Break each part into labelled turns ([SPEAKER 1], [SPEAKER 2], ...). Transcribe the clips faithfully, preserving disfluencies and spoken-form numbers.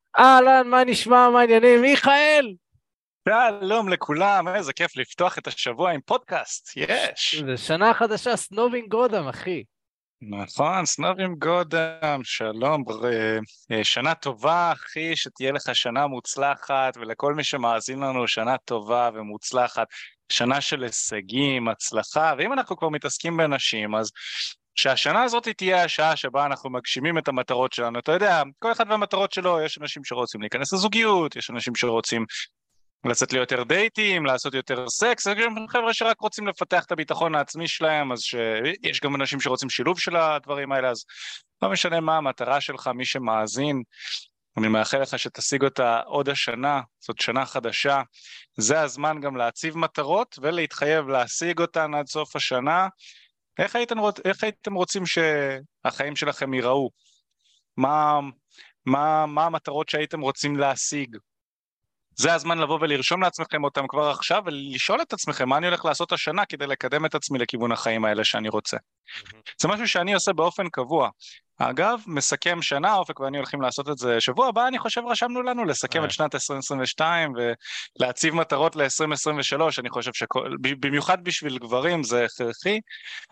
[SPEAKER 1] אהלן, מה נשמע, מה העניינים? מיכאל!
[SPEAKER 2] שלום לכולם, איזה כיף לפתוח את השבוע עם פודקאסט,
[SPEAKER 1] ש-
[SPEAKER 2] יש.
[SPEAKER 1] זה שנה חדשה, סנובים גודם, אחי.
[SPEAKER 2] נכון, סנובים גודם, שלום, בר- אה, שנה טובה, אחי, שתהיה לך שנה מוצלחת, ולכל מי שמאזין לנו, שנה טובה ומוצלחת, שנה של הישגים, הצלחה, ואם אנחנו כבר מתעסקים בנשים, אז שהשנה הזאת תהיה השעה שבה אנחנו מגשימים את המטרות שלנו. אתה יודע, כל אחד והמטרות שלו, יש אנשים שרוצים להיכנס לזוגיות, יש אנשים שרוצים לצאת ליותר דייטים, לעשות יותר סקס, יש גם חבר'ה שרק רוצים לפתח את הביטחון העצמי שלהם, אז שיש גם אנשים שרוצים שילוב של הדברים האלה, אז לא משנה מה המטרה שלך, מי שמאזין, אני מאחל לך שתשיג אותה עוד השנה, זאת שנה חדשה, זה הזמן גם להציב מטרות ולהתחייב להשיג אותן עד סוף השנה. איך הייתם, רוצ- איך הייתם רוצים שהחיים שלכם ייראו? מה, מה, מה המטרות שהייתם רוצים להשיג? זה הזמן לבוא ולרשום לעצמכם אותם כבר עכשיו ולשאול את עצמכם מה אני הולך לעשות השנה כדי לקדם את עצמי לכיוון החיים האלה שאני רוצה.
[SPEAKER 1] מהמם.
[SPEAKER 2] זה משהו שאני עושה באופן קבוע. אגב, מסכם שנה, אופק ואני הולכים לעשות את זה שבוע הבא, אני חושב רשמנו לנו לסכם את
[SPEAKER 1] אה,
[SPEAKER 2] שנת עשרים עשרים ושתיים ולהציב מטרות ל-עשרים עשרים ושלוש, אני חושב שבמיוחד בשביל גברים זה הכרחי.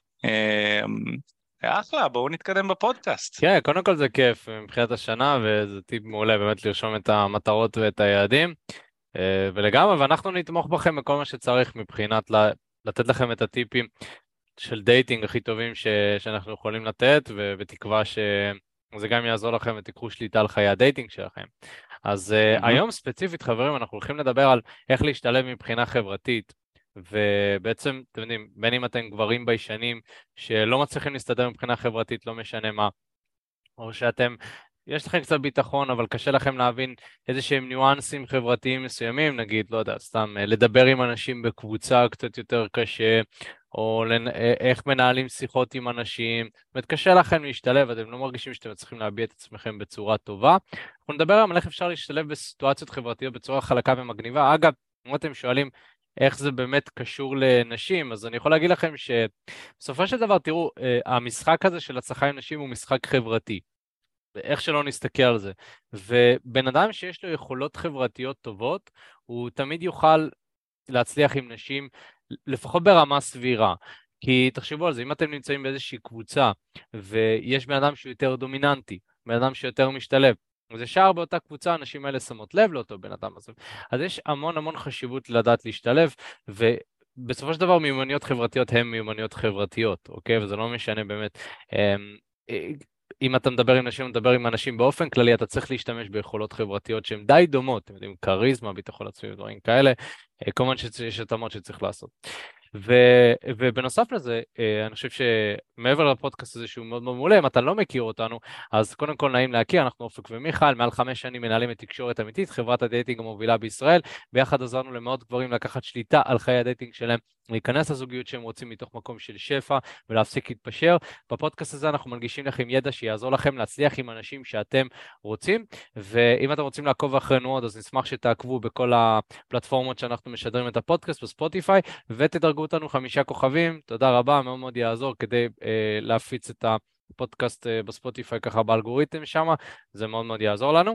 [SPEAKER 2] אה, אחלה, בואו נתקדם בפודקאסט.
[SPEAKER 1] כן, קודם כל זה כיף מבחינת השנה, וזה טיפ מעולה באמת לרשום את המטרות ואת היעדים. אה, ולגמרי, ואנחנו נתמוך בכם בכל מה שצריך מבחינת ל- לתת לכם את הטיפים של דייטינג הכי טובים ש... שאנחנו יכולים לתת, ובתקווה שזה גם יעזור לכם ותיקחו שליטה על חיי הדייטינג שלכם. אז uh,
[SPEAKER 2] מהמם.
[SPEAKER 1] היום ספציפית, חברים, אנחנו הולכים לדבר על איך להשתלב מבחינה חברתית. ובעצם, אתם יודעים, בין אם אתם גברים ביישנים שלא מצליחים להסתדר מבחינה חברתית, לא משנה מה, או שאתם, יש לכם קצת ביטחון, אבל קשה לכם להבין איזה שהם ניואנסים חברתיים מסוימים, נגיד, לא יודע, סתם אה, לדבר עם אנשים בקבוצה קצת יותר קשה, או לנ... אה, איך מנהלים שיחות עם אנשים, זאת אומרת, קשה לכם להשתלב, אתם לא מרגישים שאתם צריכים להביע את עצמכם בצורה טובה. אנחנו נדבר היום על איך אפשר להשתלב בסיטואציות חברתיות בצורה חלקה ומגניבה. אגב, אם אתם שואלים איך זה באמת קשור לנשים, אז אני יכול להגיד לכם שבסופו של דבר, תראו, אה, המשחק הזה של הצלחה עם נשים הוא משחק חברתי. ואיך שלא נסתכל על זה. ובן אדם שיש לו יכולות חברתיות טובות, הוא תמיד יוכל להצליח עם נשים, לפחות ברמה סבירה. כי תחשבו על זה, אם אתם נמצאים באיזושהי קבוצה, ויש בן אדם שהוא יותר דומיננטי, בן אדם שיותר משתלב, אז ישר באותה קבוצה האנשים האלה שמות לב לאותו בן אדם הזה. אז יש המון המון חשיבות לדעת להשתלב, ובסופו של דבר מיומנויות חברתיות הן מיומנויות חברתיות, אוקיי? וזה לא משנה באמת. אמ, אם אתה מדבר עם נשים, מדבר עם אנשים באופן כללי, אתה צריך להשתמש ביכולות חברתיות שהן די דומות, אתם יודעים, כריזמה, ביטחון עצמי ודברים כאלה, אה, כמובן שיש התאמות שצריך לעשות. ו, ובנוסף לזה, אה, אני חושב שמעבר לפודקאסט הזה שהוא מאוד מאוד מעולה, אם אתה לא מכיר אותנו, אז קודם כל נעים להכיר, אנחנו אופק ומיכל, מעל חמש שנים מנהלים את תקשורת אמיתית, חברת הדייטינג המובילה בישראל, ביחד עזרנו למאות גברים לקחת שליטה על חיי הדייטינג שלהם, להיכנס לזוגיות שהם רוצים מתוך מקום של שפע ולהפסיק להתפשר. בפודקאסט הזה אנחנו מנגישים לכם ידע שיעזור לכם להצליח עם אנשים שאתם רוצים, ואם אתם רוצים לעקוב אחרינו עוד, אז נשמח שתעקבו בכל הפלטפורמות שאנחנו משדרים את הפודקאסט בספוטיפיי, ותדרגו אותנו חמישה כוכבים, תודה רבה, מאוד מאוד יעזור כדי אה, להפיץ את הפודקאסט אה, בספוטיפיי ככה באלגוריתם שם, זה מאוד מאוד יעזור לנו.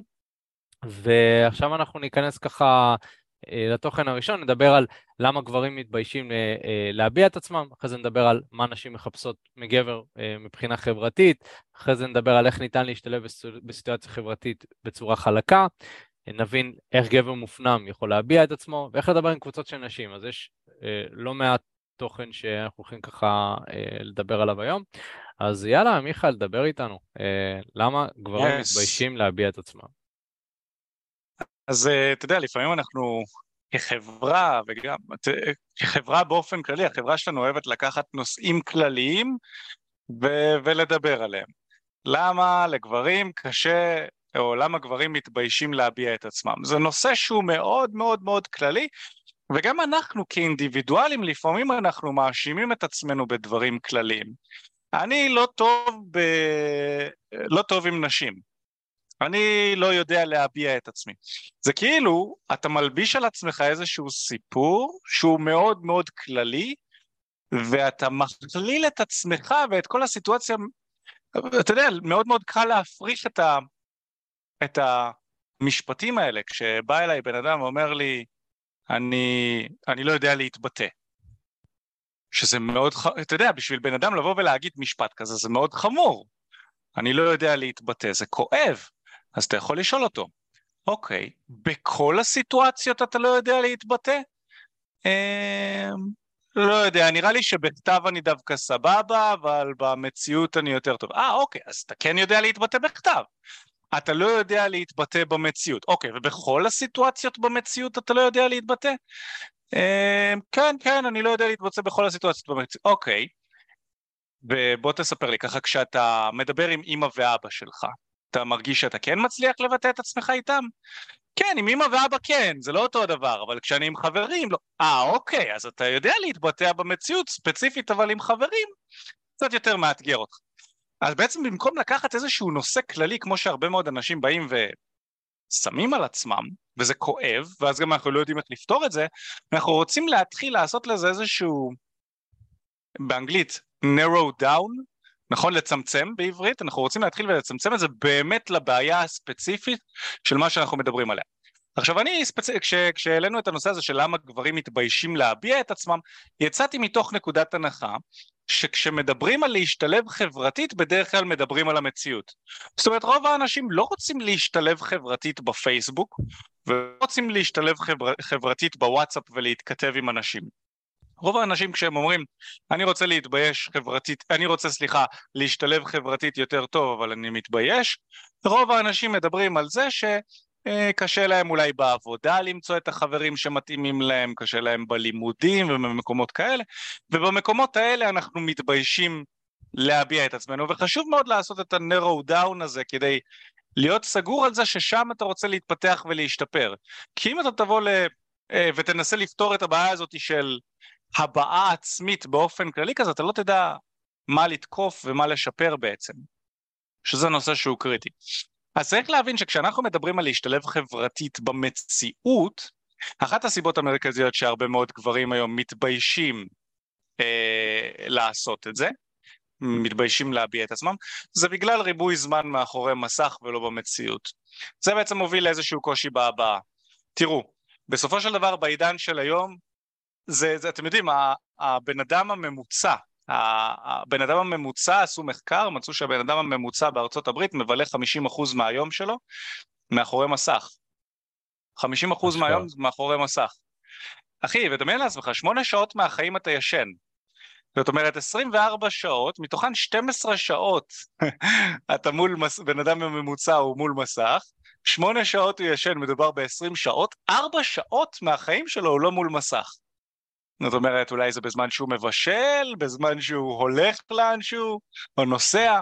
[SPEAKER 1] ועכשיו אנחנו ניכנס ככה אה, לתוכן הראשון, נדבר על למה גברים מתביישים אה, אה, להביע את עצמם, אחרי זה נדבר על מה נשים מחפשות מגבר אה, מבחינה חברתית, אחרי זה נדבר על איך ניתן להשתלב בסיטואציה בסיטואציה חברתית בצורה חלקה, נבין איך גבר מופנם יכול להביע את עצמו, ואיך לדבר עם קבוצות של נשים. אז יש אה, לא מעט תוכן שאנחנו הולכים ככה אה, לדבר עליו היום. אז יאללה, מיכאל, דבר איתנו. אה, למה גברים
[SPEAKER 2] Yes.
[SPEAKER 1] מתביישים להביע את עצמם?
[SPEAKER 2] אז אה, אתה יודע, לפעמים אנחנו כחברה, וגם ת- כחברה באופן כללי, החברה שלנו אוהבת לקחת נושאים כלליים ו- ולדבר עליהם. למה לגברים קשה, או למה גברים מתביישים להביע את עצמם? זה נושא שהוא מאוד מאוד מאוד כללי, וגם אנחנו כאינדיבידואלים, לפעמים אנחנו מאשימים את עצמנו בדברים כלליים. אני לא טוב ב... לא טוב עם נשים. אני לא יודע להביע את עצמי. זה כאילו, אתה מלביש על עצמך איזשהו סיפור שהוא מאוד מאוד כללי, ואתה מכליל את עצמך ואת כל הסיטואציה, אתה יודע, מאוד מאוד קל להפריך את ה... את ה... המשפטים האלה, כשבא אליי בן אדם ואומר לי, אני, אני לא יודע להתבטא. שזה מאוד, אתה יודע, בשביל בן אדם לבוא ולהגיד משפט כזה, זה מאוד חמור. אני לא יודע להתבטא, זה כואב. אז אתה יכול לשאול אותו, אוקיי, בכל הסיטואציות אתה לא יודע להתבטא? אה, לא יודע, נראה לי שבכתב אני דווקא סבבה, אבל במציאות אני יותר טוב. אה, אוקיי, אז אתה כן יודע להתבטא בכתב. אתה לא יודע להתבטא במציאות. אוקיי, ובכל הסיטואציות במציאות אתה לא יודע להתבטא? אה, כן, כן, אני לא יודע להתבטא בכל הסיטואציות במציאות. אוקיי, ובוא תספר לי ככה, כשאתה מדבר עם אמא ואבא שלך, אתה מרגיש שאתה כן מצליח לבטא את עצמך איתם? כן, עם אמא ואבא כן, זה לא אותו הדבר, אבל כשאני עם חברים, לא. אה, אוקיי, אז אתה יודע להתבטא במציאות ספציפית, אבל עם חברים, קצת יותר מאתגר אותך. אז בעצם במקום לקחת איזשהו נושא כללי, כמו שהרבה מאוד אנשים באים ושמים על עצמם, וזה כואב, ואז גם אנחנו לא יודעים איך לפתור את זה, אנחנו רוצים להתחיל לעשות לזה איזשהו, באנגלית, narrow down, נכון? לצמצם בעברית, אנחנו רוצים להתחיל ולצמצם את זה באמת לבעיה הספציפית של מה שאנחנו מדברים עליה. עכשיו אני, ספצ... כש... כשהעלינו את הנושא הזה של למה גברים מתביישים להביע את עצמם, יצאתי מתוך נקודת הנחה, שכשמדברים על להשתלב חברתית, בדרך כלל מדברים על המציאות. זאת אומרת, רוב האנשים לא רוצים להשתלב חברתית בפייסבוק, ולא רוצים להשתלב חבר... חברתית בוואטסאפ ולהתכתב עם אנשים. רוב האנשים כשהם אומרים, אני רוצה להתבייש חברתית, אני רוצה, סליחה, להשתלב חברתית יותר טוב, אבל אני מתבייש, רוב האנשים מדברים על זה שקשה להם אולי בעבודה למצוא את החברים שמתאימים להם, קשה להם בלימודים ובמקומות כאלה, ובמקומות האלה אנחנו מתביישים להביע את עצמנו, וחשוב מאוד לעשות את ה-narrow down הזה כדי להיות סגור על זה ששם אתה רוצה להתפתח ולהשתפר. כי אם אתה תבוא ל... ותנסה לפתור את הבעיה הזאת של הבעה עצמית באופן כללי כזה, אתה לא תדע מה לתקוף ומה לשפר בעצם, שזה נושא שהוא קריטי. אז צריך להבין שכשאנחנו מדברים על להשתלב חברתית במציאות, אחת הסיבות המרכזיות שהרבה מאוד גברים היום מתביישים אה, לעשות את זה, מתביישים להביע את עצמם, זה בגלל ריבוי זמן מאחורי מסך ולא במציאות. זה בעצם מוביל לאיזשהו קושי בהבעה. תראו, בסופו של דבר בעידן של היום, זה, זה, אתם יודעים, הבן אדם הממוצע, הבן אדם הממוצע עשו מחקר, מצאו שהבן אדם הממוצע בארצות הברית מבלה חמישים אחוז מהיום שלו מאחורי מסך. חמישים אחוז מהיום מאחורי מסך. אחי, ותדמיין לעצמך, שמונה שעות מהחיים אתה ישן. זאת אומרת, עשרים וארבע שעות, מתוכן שתים עשרה שעות, אתה מול, מס... בן אדם הממוצע הוא מול מסך, שמונה שעות הוא ישן, מדובר ב-עשרים שעות, ארבע שעות מהחיים שלו הוא לא מול מסך. זאת אומרת, אולי זה בזמן שהוא מבשל, בזמן שהוא הולך לאנשהו, או נוסע.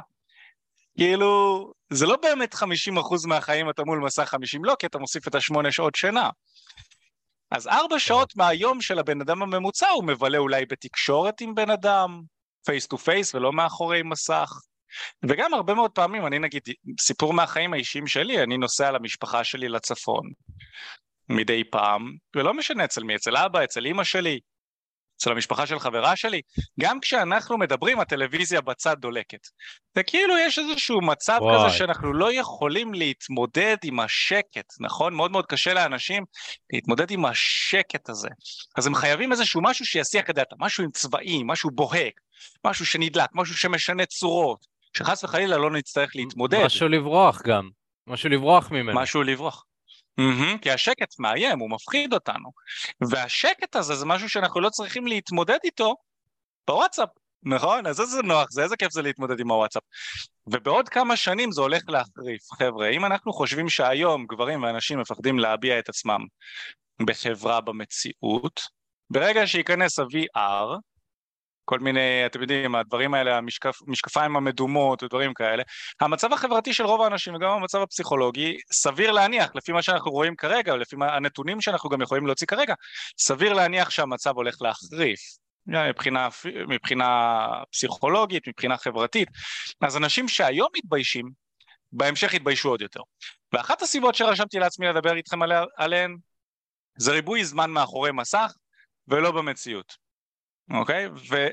[SPEAKER 2] כאילו, זה לא באמת חמישים אחוז מהחיים אתה מול מסך, חמישים לא, כי אתה מוסיף את השמונה שעות שינה. אז ארבע שעות מהיום של הבן אדם הממוצע, הוא מבלה אולי בתקשורת עם בן אדם, פייס טו פייס ולא מאחורי מסך. וגם הרבה מאוד פעמים, אני נגיד, סיפור מהחיים האישיים שלי, אני נוסע למשפחה שלי לצפון, מדי פעם, ולא משנה אצל מי, אצל אבא, אצל אמא שלי, אצל המשפחה של חברה שלי, גם כשאנחנו מדברים, הטלוויזיה בצד דולקת. וכאילו יש איזשהו מצב וואי. כזה שאנחנו לא יכולים להתמודד עם השקט, נכון? מאוד מאוד קשה לאנשים להתמודד עם השקט הזה. אז הם חייבים איזשהו משהו שיסיח את דעתם, משהו עם צבעים, משהו בוהק, משהו שנדלק, משהו שמשנה צורות, שחס וחלילה לא נצטרך להתמודד.
[SPEAKER 1] משהו לברוח גם, משהו לברוח ממנו.
[SPEAKER 2] משהו לברוח. Mm-hmm, כי השקט מאיים, הוא מפחיד אותנו, והשקט הזה זה משהו שאנחנו לא צריכים להתמודד איתו בוואטסאפ, נכון? אז איזה נוח זה, איזה כיף זה להתמודד עם הוואטסאפ. ובעוד כמה שנים זה הולך להחריף. חבר'ה, אם אנחנו חושבים שהיום גברים ואנשים מפחדים להביע את עצמם בחברה במציאות, ברגע שיכנס ה-וי אר, כל מיני, אתם יודעים, הדברים האלה, המשקפ, משקפיים המדומות ודברים כאלה, המצב החברתי של רוב האנשים וגם המצב הפסיכולוגי, סביר להניח, לפי מה שאנחנו רואים כרגע, ולפי הנתונים שאנחנו גם יכולים להוציא כרגע, סביר להניח שהמצב הולך להחריף, מבחינה, מבחינה פסיכולוגית, מבחינה חברתית. אז אנשים שהיום מתביישים, בהמשך יתביישו עוד יותר. ואחת הסיבות שרשמתי לעצמי לדבר איתכם עליהן, זה ריבוי זמן מאחורי מסך, ולא במציאות. אוקיי?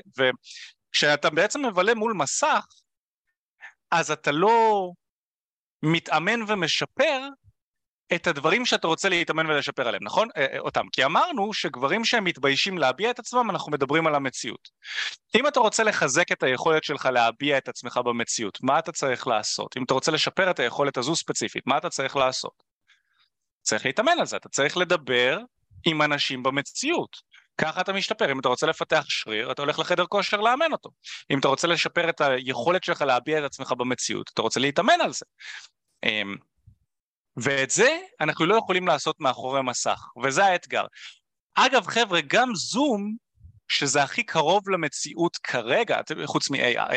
[SPEAKER 2] וכשאתה בעצם מבלה מול מסך, אז אתה לא מתאמן ומשפר את הדברים שאתה רוצה להתאמן ולשפר עליהם, נכון? אותם, כי אמרנו שגברים שהם מתביישים להביע את עצמם, אנחנו מדברים על המציאות. אם אתה רוצה לחזק את היכולת שלך להביע את עצמך במציאות, מה אתה צריך לעשות? אם אתה רוצה לשפר את היכולת הזו ספציפית, מה אתה צריך לעשות? צריך להתאמן על זה, אתה צריך לדבר עם אנשים במציאות. ככה אתה משתפר. אם אתה רוצה לפתח שריר, אתה הולך לחדר כושר לאמן אותו. אם אתה רוצה לשפר את היכולת שלך להביע את עצמך במציאות, אתה רוצה להתאמן על זה. ואת זה אנחנו לא יכולים לעשות מאחורי מסך, וזה האתגר. אגב חבר'ה, גם זום, שזה הכי קרוב למציאות כרגע, חוץ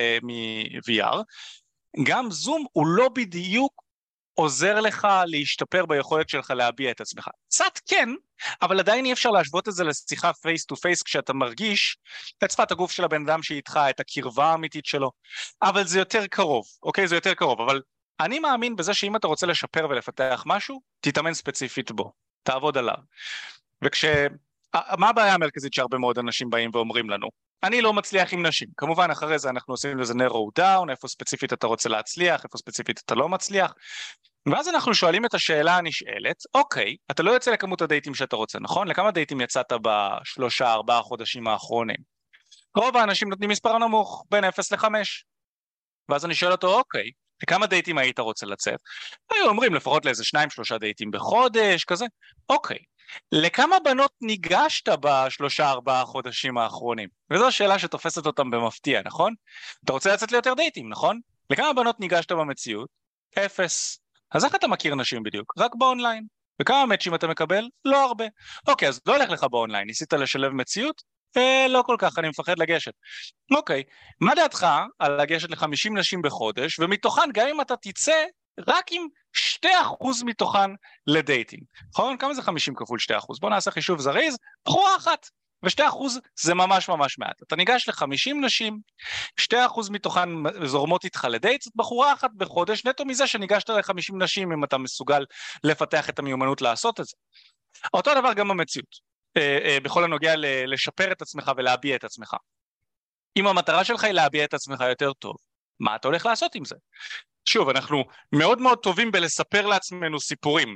[SPEAKER 2] מ-וי אר, גם זום הוא לא בדיוק עוזר לך להשתפר ביכולת שלך להביע את עצמך. קצת כן, אבל עדיין אי אפשר להשוות את זה לשיחה פייס טו פייס, כשאתה מרגיש את שפת הגוף של הבן אדם שאיתך, את הקרבה האמיתית שלו, אבל זה יותר קרוב, אוקיי? זה יותר קרוב, אבל אני מאמין בזה שאם אתה רוצה לשפר ולפתח משהו, תתאמן ספציפית בו, תעבוד עליו. וכש... מה הבעיה המרכזית שהרבה מאוד אנשים באים ואומרים לנו? אני לא מצליח עם נשים. כמובן אחרי זה אנחנו עושים לזה narrow down, איפה ספציפית אתה רוצה להצליח, איפה ספציפית אתה לא מצליח. ואז אנחנו שואלים את השאלה הנשאלת, אוקיי, אתה לא יוצא לכמות הדייטים שאתה רוצה, נכון? לכמה דייטים יצאת בשלושה, ארבעה חודשים האחרונים? רוב האנשים נותנים מספר נמוך, בין אפס לחמש. ואז אני שואל אותו, אוקיי, לכמה דייטים היית רוצה לצאת? היו אומרים לפחות לאיזה שניים, שלושה דייטים בחודש, כזה. אוקיי. לכמה בנות ניגשת בשלושה ארבעה חודשים האחרונים? וזו השאלה שתופסת אותם במפתיע, נכון? אתה רוצה לצאת ליותר דייטים, נכון? לכמה בנות ניגשת במציאות? אפס. אז איך אתה מכיר נשים בדיוק? רק באונליין. וכמה מאצ'ים אתה מקבל? לא הרבה. אוקיי, אז לא הולך לך באונליין. ניסית לשלב מציאות? אה, לא כל כך, אני מפחד לגשת. אוקיי, מה דעתך על לגשת ל-חמישים נשים בחודש, ומתוכן גם אם אתה תצא, רק עם שני אחוז מתוכן לדייטינג. נכון? כמה זה חמישים כפול שני אחוז? בוא נעשה חישוב זריז, בחורה אחת. ו-שני אחוז זה ממש ממש מעט. אתה ניגש ל-חמישים נשים, שני אחוז מתוכן זורמות איתך לדייט, זאת בחורה אחת בחודש, נטו מזה שניגשת ל-חמישים נשים, אם אתה מסוגל לפתח את המיומנות לעשות את זה. אותו דבר גם במציאות. בכל הנוגע לשפר את עצמך ולהביע את עצמך. אם המטרה שלך היא להביע את עצמך יותר טוב, מה אתה הולך לעשות עם זה? שוב, אנחנו מאוד מאוד טובים בלספר לעצמנו סיפורים.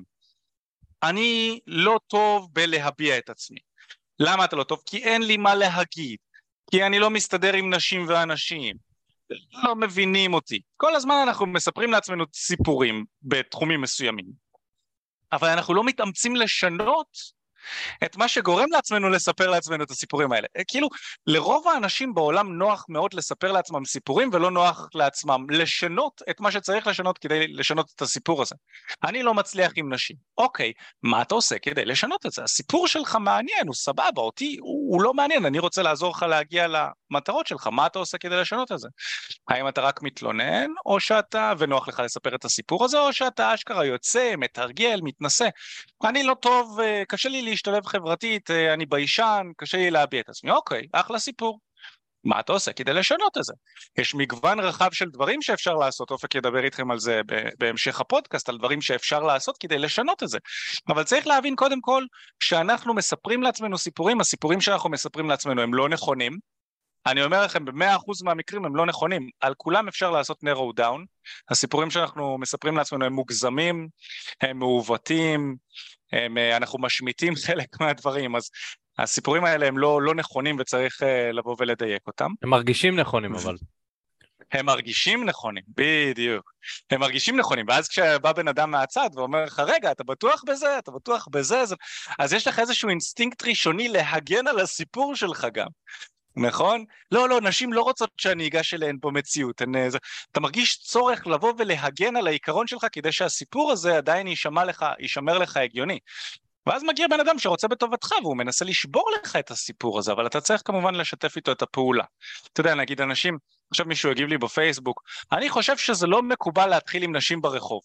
[SPEAKER 2] אני לא טוב בלהביע את עצמי. למה אתה לא טוב? כי אין לי מה להגיד. כי אני לא מסתדר עם נשים ואנשים. לא מבינים אותי. כל הזמן אנחנו מספרים לעצמנו סיפורים בתחומים מסוימים. אבל אנחנו לא מתאמצים לשנות את מה שגורם לעצמנו לספר לעצמנו את הסיפורים האלה. כאילו, לרוב האנשים בעולם נוח מאוד לספר לעצמם סיפורים, ולא נוח לעצמם לשנות את מה שצריך לשנות כדי לשנות את הסיפור הזה. אני לא מצליח עם נשים. אוקיי, מה אתה עושה כדי לשנות את זה? הסיפור שלך מעניין, הוא סבבה, אותי הוא, הוא לא מעניין, אני רוצה לעזור לך להגיע למטרות שלך, מה אתה עושה כדי לשנות את זה? האם אתה רק מתלונן, או שאתה, ונוח לך לספר את הסיפור הזה, או שאתה אשכרה יוצא, מתרגל, מתנסה. אני לא טוב, קשה לי להשתלב חברתית, אני ביישן, קשה לי להביע את עצמי. אוקיי, אחלה סיפור. מה אתה עושה כדי לשנות את זה? יש מגוון רחב של דברים שאפשר לעשות, אופק ידבר איתכם על זה בהמשך הפודקאסט, על דברים שאפשר לעשות כדי לשנות את זה. אבל צריך להבין קודם כל, שאנחנו מספרים לעצמנו סיפורים, הסיפורים שאנחנו מספרים לעצמנו הם לא נכונים, אני אומר לכם, ב-מאה אחוז מהמקרים הם לא נכונים, על כולם אפשר לעשות narrow down, הסיפורים שאנחנו מספרים לעצמנו הם מוגזמים, הם מעוותים, הם, אנחנו משמיטים חלק מהדברים, אז הסיפורים האלה הם לא, לא נכונים וצריך לבוא ולדייק אותם.
[SPEAKER 1] הם מרגישים נכונים אבל.
[SPEAKER 2] הם מרגישים נכונים, בדיוק. הם מרגישים נכונים, ואז כשבא בן אדם מהצד ואומר לך, רגע, אתה בטוח בזה, אתה בטוח בזה, אז יש לך איזשהו אינסטינקט ראשוני להגן על הסיפור שלך גם. נכון? לא, לא, נשים לא רוצות שאני אגש אליהן במציאות. אני, זה, אתה מרגיש צורך לבוא ולהגן על העיקרון שלך, כדי שהסיפור הזה עדיין יישמע לך, יישמר לך הגיוני. ואז מגיע בן אדם שרוצה בטובתך, והוא מנסה לשבור לך את הסיפור הזה, אבל אתה צריך כמובן לשתף איתו את הפעולה. אתה יודע, נגיד אנשים, עכשיו מישהו יגיב לי בפייסבוק, אני חושב שזה לא מקובל להתחיל עם נשים ברחוב.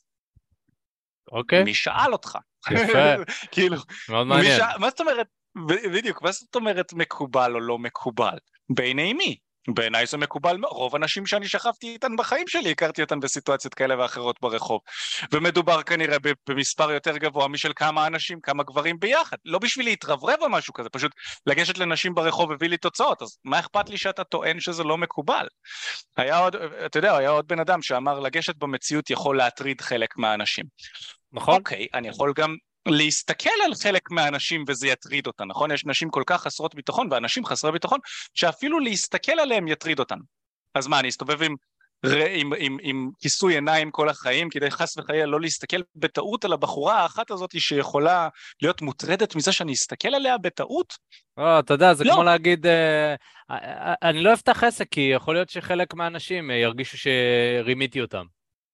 [SPEAKER 1] אוקיי.
[SPEAKER 2] מי שאל אותך?
[SPEAKER 1] יפה.
[SPEAKER 2] כאילו,
[SPEAKER 1] מאוד מעניין.
[SPEAKER 2] שא... מה זאת אומרת? בדיוק, מה זאת אומרת מקובל או לא מקובל? בעיני מי? בעיניי זה מקובל, רוב אנשים שאני שכבתי איתן בחיים שלי, הכרתי אותן בסיטואציות כאלה ואחרות ברחוב, ומדובר כנראה במספר יותר גבוה משל כמה אנשים, כמה גברים ביחד, לא בשביל להתרברב או משהו כזה, פשוט לגשת לנשים ברחוב הביא לי תוצאות, אז מה אכפת לי שאתה טוען שזה לא מקובל? היה עוד, אתה יודע, היה עוד בן אדם שאמר לגשת במציאות יכול להטריד חלק מהאנשים.
[SPEAKER 1] נכון?
[SPEAKER 2] אוקיי, אני יכול גם להסתכל על חלק מהאנשים וזה יטריד אותן, נכון? יש נשים כל כך חסרות ביטחון, ואנשים חסרי ביטחון, שאפילו להסתכל עליהם יטריד אותן. אז מה, אני אסתובב עם, עם, עם, עם כיסוי עיניים כל החיים, כדי חס וחלילה לא להסתכל בטעות על הבחורה האחת הזאת, שיכולה להיות מוטרדת מזה שאני אסתכל עליה בטעות?
[SPEAKER 1] לא, אתה יודע, זה
[SPEAKER 2] לא.
[SPEAKER 1] כמו להגיד, אה, אה, אני לא אפתח עסק, כי יכול להיות שחלק מהאנשים אה, ירגישו שרימיתי אותם.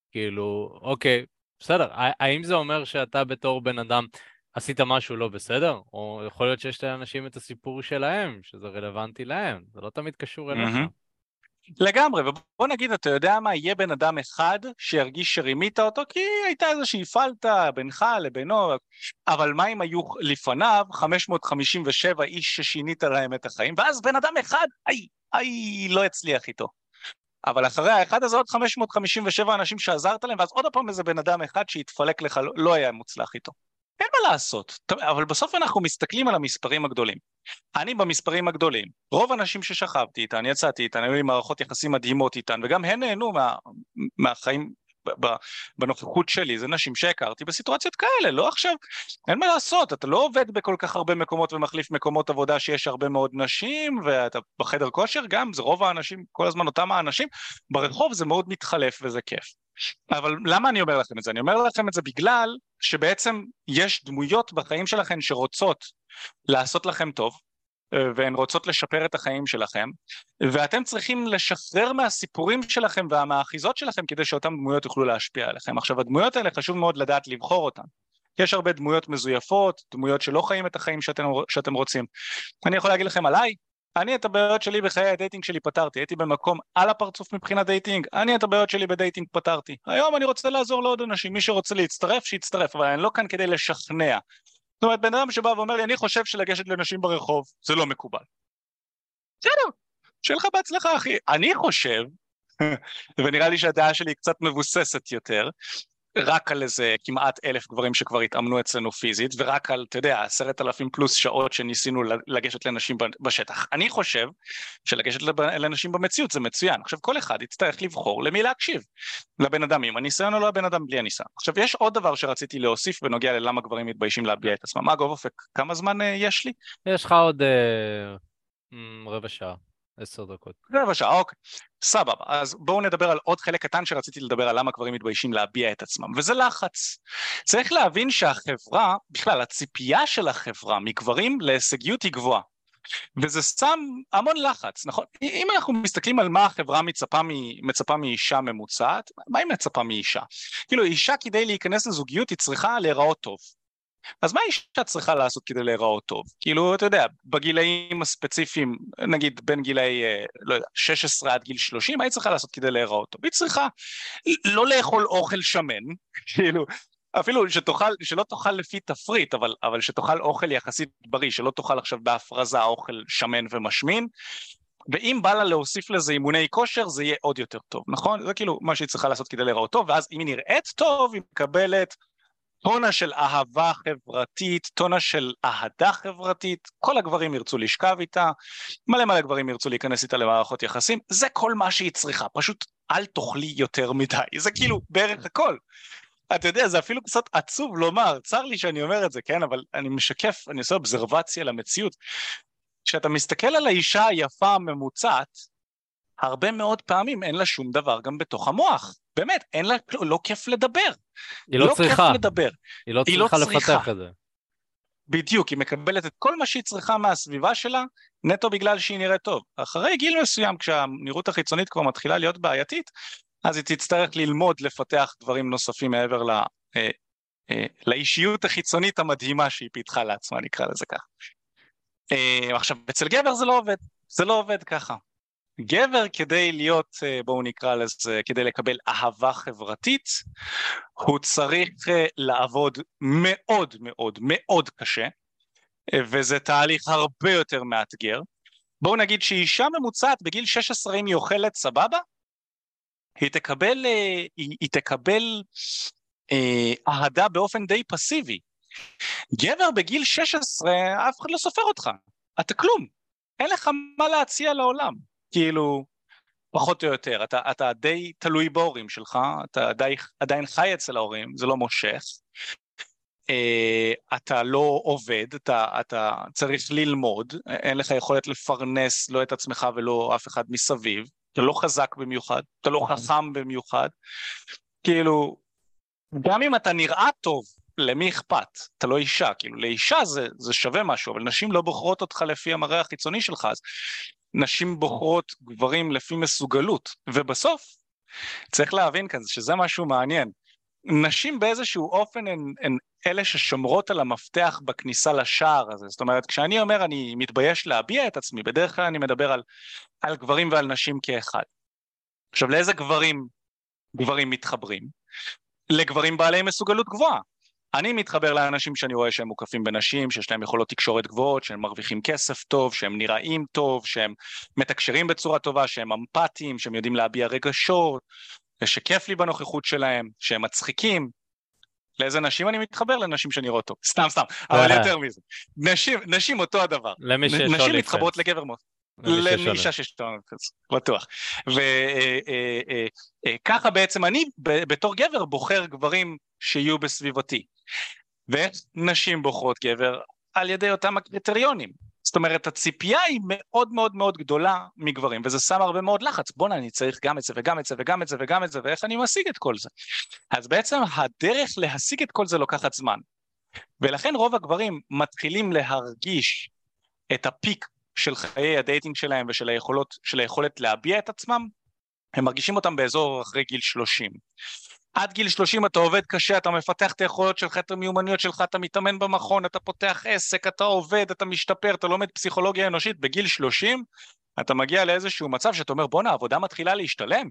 [SPEAKER 1] כאילו, אוקיי, בסדר, האם זה אומר שאתה בתור בן אדם עשית משהו לא בסדר? או יכול להיות שיש לאנשים את הסיפור שלהם, שזה רלוונטי להם, זה לא תמיד קשור אליך.
[SPEAKER 2] לגמרי, ובוא נגיד, אתה יודע מה, יהיה בן אדם אחד שירגיש שרימית אותו, כי הייתה איזושהי פלטה בינך לבינו, אבל מה אם היו לפניו חמש מאות חמישים ושבע איש ששינית להם את החיים, ואז בן אדם אחד, איי, איי, לא הצליח איתו. אבל אחרי האחד הזה עוד חמש מאות חמישים ושבע אנשים שעזרת להם, ואז עוד פעם איזה בן אדם אחד שהתפלק לך, לא, לא היה מוצלח איתו. אין מה לעשות, אבל בסוף אנחנו מסתכלים על המספרים הגדולים. אני במספרים הגדולים, רוב האנשים ששכבתי איתן, יצאתי איתן, היו לי מערכות יחסים מדהימות איתן, וגם הן נהנו מה, מהחיים ב, בנוכחות שלי, זה נשים שהכרתי בסיטואציות כאלה, לא עכשיו, אין מה לעשות, אתה לא עובד בכל כך הרבה מקומות ומחליף מקומות עבודה שיש הרבה מאוד נשים, ואתה בחדר כושר גם, זה רוב האנשים, כל הזמן אותם האנשים, ברחוב זה מאוד מתחלף וזה כיף. אבל למה אני אומר לכם את זה? אני אומר לכם את זה בגלל שבעצם יש דמויות בחיים שלכם שרוצות לעשות לכם טוב, והן רוצות לשפר את החיים שלכם, ואתם צריכים לשחרר מהסיפורים שלכם ומהאחיזות שלכם כדי שאותן דמויות יוכלו להשפיע עליכם. עכשיו, הדמויות האלה חשוב מאוד לדעת לבחור אותן. יש הרבה דמויות מזויפות, דמויות שלא חיים את החיים שאתם, שאתם רוצים. אני יכול להגיד לכם עליי, אני את הבעיות שלי בחיי הדייטינג שלי פתרתי, הייתי במקום על הפרצוף מבחינת דייטינג, אני את הבעיות שלי בדייטינג פתרתי. היום אני רוצה לעזור לעוד אנשים, מי שרוצה להצטרף, שיצטרף, אבל אני לא כאן כדי לשכנע. זאת אומרת, בן אדם שבא ואומר לי, אני חושב שלגשת לנשים ברחוב, זה לא מקובל. בסדר, שיהיה לך בהצלחה, אחי. אני חושב, ונראה לי שהדעה שלי קצת מבוססת יותר, רק על איזה כמעט אלף גברים שכבר התאמנו אצלנו פיזית, ורק על, אתה יודע, עשרת אלפים פלוס שעות שניסינו לגשת לנשים בשטח. אני חושב שלגשת לנשים במציאות זה מצוין. עכשיו, כל אחד יצטרך לבחור למי להקשיב. לבן אדם עם הניסיון או לבן אדם בלי הניסיון. עכשיו, יש עוד דבר שרציתי להוסיף בנוגע ללמה גברים מתביישים להביע את עצמם. מה, גוב אופק, כמה זמן אה, יש לי?
[SPEAKER 1] יש לך עוד אה, רבע שעה. עשר דקות.
[SPEAKER 2] רבע שעה, אוקיי. סבבה. אז בואו נדבר על עוד חלק קטן שרציתי לדבר על למה גברים מתביישים להביע את עצמם, וזה לחץ. צריך להבין שהחברה, בכלל, הציפייה של החברה מגברים להישגיות היא גבוהה. וזה שם המון לחץ, נכון? אם אנחנו מסתכלים על מה החברה מצפה, מ, מצפה מאישה ממוצעת, מה היא מצפה מאישה? כאילו, אישה כדי להיכנס לזוגיות היא צריכה להיראות טוב. אז מה אישה צריכה לעשות כדי להיראות טוב? כאילו, אתה יודע, בגילאים הספציפיים, נגיד בין גילאי, לא יודע, שש עשרה עד גיל שלושים, מה היא צריכה לעשות כדי להיראות טוב? היא צריכה לא לאכול אוכל שמן, כאילו, אפילו שתאכל, שלא תאכל לפי תפריט, אבל, אבל שתאכל אוכל יחסית בריא, שלא תאכל עכשיו בהפרזה אוכל שמן ומשמין, ואם בא לה להוסיף לזה אימוני כושר, זה יהיה עוד יותר טוב, נכון? זה כאילו מה שהיא צריכה לעשות כדי להיראות טוב, ואז אם היא נראית טוב, היא מקבלת טונה של אהבה חברתית, טונה של אהדה חברתית, כל הגברים ירצו לשכב איתה, מלא מלא גברים ירצו להיכנס איתה למערכות יחסים, זה כל מה שהיא צריכה, פשוט אל תאכלי יותר מדי, זה כאילו בערך הכל. אתה יודע, זה אפילו קצת עצוב לומר, צר לי שאני אומר את זה, כן, אבל אני משקף, אני עושה אובזרבציה למציאות, כשאתה מסתכל על האישה היפה הממוצעת, הרבה מאוד פעמים אין לה שום דבר גם בתוך המוח, באמת, אין לה, לא, לא כיף לדבר.
[SPEAKER 1] היא לא, לא צריכה.
[SPEAKER 2] כיף לדבר.
[SPEAKER 1] היא לא
[SPEAKER 2] היא
[SPEAKER 1] צריכה
[SPEAKER 2] לא צריכה
[SPEAKER 1] לפתח את זה.
[SPEAKER 2] בדיוק, היא מקבלת את כל מה שהיא צריכה מהסביבה שלה, נטו בגלל שהיא נראית טוב. אחרי גיל מסוים, כשהנראות החיצונית כבר מתחילה להיות בעייתית, אז היא תצטרך ללמוד לפתח דברים נוספים מעבר ל, אה, אה, לאישיות החיצונית המדהימה שהיא פיתחה לעצמה, נקרא לזה ככה. אה, עכשיו, אצל גבר זה לא עובד, זה לא עובד ככה. גבר כדי להיות, בואו נקרא לזה, כדי לקבל אהבה חברתית, הוא צריך לעבוד מאוד מאוד מאוד קשה, וזה תהליך הרבה יותר מאתגר. בואו נגיד שאישה ממוצעת בגיל שש עשרה אם היא אוכלת סבבה, היא תקבל, היא, היא תקבל אה, אהדה באופן די פסיבי. גבר בגיל שש עשרה, אף אחד לא סופר אותך, אתה כלום, אין לך מה להציע לעולם. כאילו, פחות או יותר, אתה, אתה די תלוי בהורים שלך, אתה די, עדיין חי אצל ההורים, זה לא מושך, אתה לא עובד, אתה, אתה צריך ללמוד, אין לך יכולת לפרנס לא את עצמך ולא אף אחד מסביב, אתה לא חזק במיוחד, אתה לא חכם במיוחד, כאילו, גם אם אתה נראה טוב, למי אכפת? אתה לא אישה, כאילו לאישה זה, זה שווה משהו, אבל נשים לא בוחרות אותך לפי המראה החיצוני שלך, אז נשים בוחרות גברים לפי מסוגלות, ובסוף צריך להבין כאן שזה משהו מעניין, נשים באיזשהו אופן הן, הן אלה ששומרות על המפתח בכניסה לשער הזה, זאת אומרת כשאני אומר אני מתבייש להביע את עצמי, בדרך כלל אני מדבר על, על גברים ועל נשים כאחד. עכשיו לאיזה גברים גברים מתחברים? לגברים בעלי מסוגלות גבוהה. אני מתחבר לאנשים שאני רואה שהם מוקפים בנשים, שיש להם יכולות תקשורת גבוהות, שהם מרוויחים כסף טוב, שהם נראים טוב, שהם מתקשרים בצורה טובה, שהם אמפתיים, שהם יודעים להביע רגשות, שכיף לי בנוכחות שלהם, שהם מצחיקים. לאיזה נשים אני מתחבר? לנשים שאני רואה טוב. סתם, סתם, אבל יותר מזה. נשים, נשים אותו הדבר.
[SPEAKER 1] למי שיש
[SPEAKER 2] נשים מתחברות לגבר מאוד. לאישה שיש אוליפנס, בטוח. וככה בעצם אני בתור גבר בוחר גברים שיהיו בסביבתי. ונשים בוחרות גבר על ידי אותם הקריטריונים. זאת אומרת, הציפייה היא מאוד מאוד מאוד גדולה מגברים, וזה שם הרבה מאוד לחץ. בוא נה, אני צריך גם את זה וגם את זה וגם את זה וגם את זה, ואיך אני משיג את כל זה? אז בעצם הדרך להשיג את כל זה לוקחת זמן. ולכן רוב הגברים מתחילים להרגיש את הפיק של חיי הדייטינג שלהם ושל היכולות, של היכולת להביע את עצמם, הם מרגישים אותם באזור אחרי גיל שלושים. עד גיל שלושים אתה עובד קשה, אתה מפתח את היכולות שלך, את המיומנויות שלך, אתה מתאמן במכון, אתה פותח עסק, אתה עובד, אתה משתפר, אתה לומד פסיכולוגיה אנושית, בגיל שלושים אתה מגיע לאיזשהו מצב שאתה אומר, בוא נה, העבודה מתחילה להשתלם.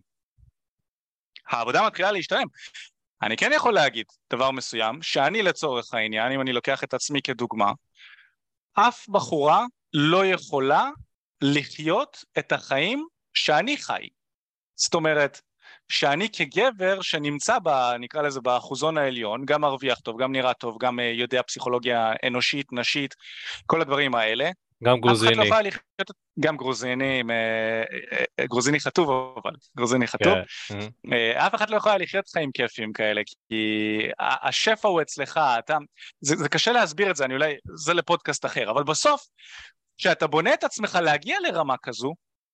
[SPEAKER 2] העבודה מתחילה להשתלם. אני כן יכול להגיד דבר מסוים, שאני לצורך העניין, אם אני לוקח את עצמי כדוגמה, אף בחורה לא יכולה לחיות את החיים שאני חי. זאת אומרת, שאני כגבר שנמצא ב, נקרא לזה באחוזון העליון, גם מרוויח טוב, גם נראה טוב, גם יודע פסיכולוגיה אנושית, נשית, כל הדברים האלה.
[SPEAKER 1] גם גרוזיני.
[SPEAKER 2] לא לחיות, גם גרוזיני, גרוזיני חטוב, אבל גרוזיני חטוב. Yeah. אף אחד לא יכול לחיות חיים כיפים כאלה, כי השפע הוא אצלך, אתה, זה, זה קשה להסביר את זה, אני אולי, זה לפודקאסט אחר, אבל בסוף, כשאתה בונה את עצמך להגיע לרמה כזו,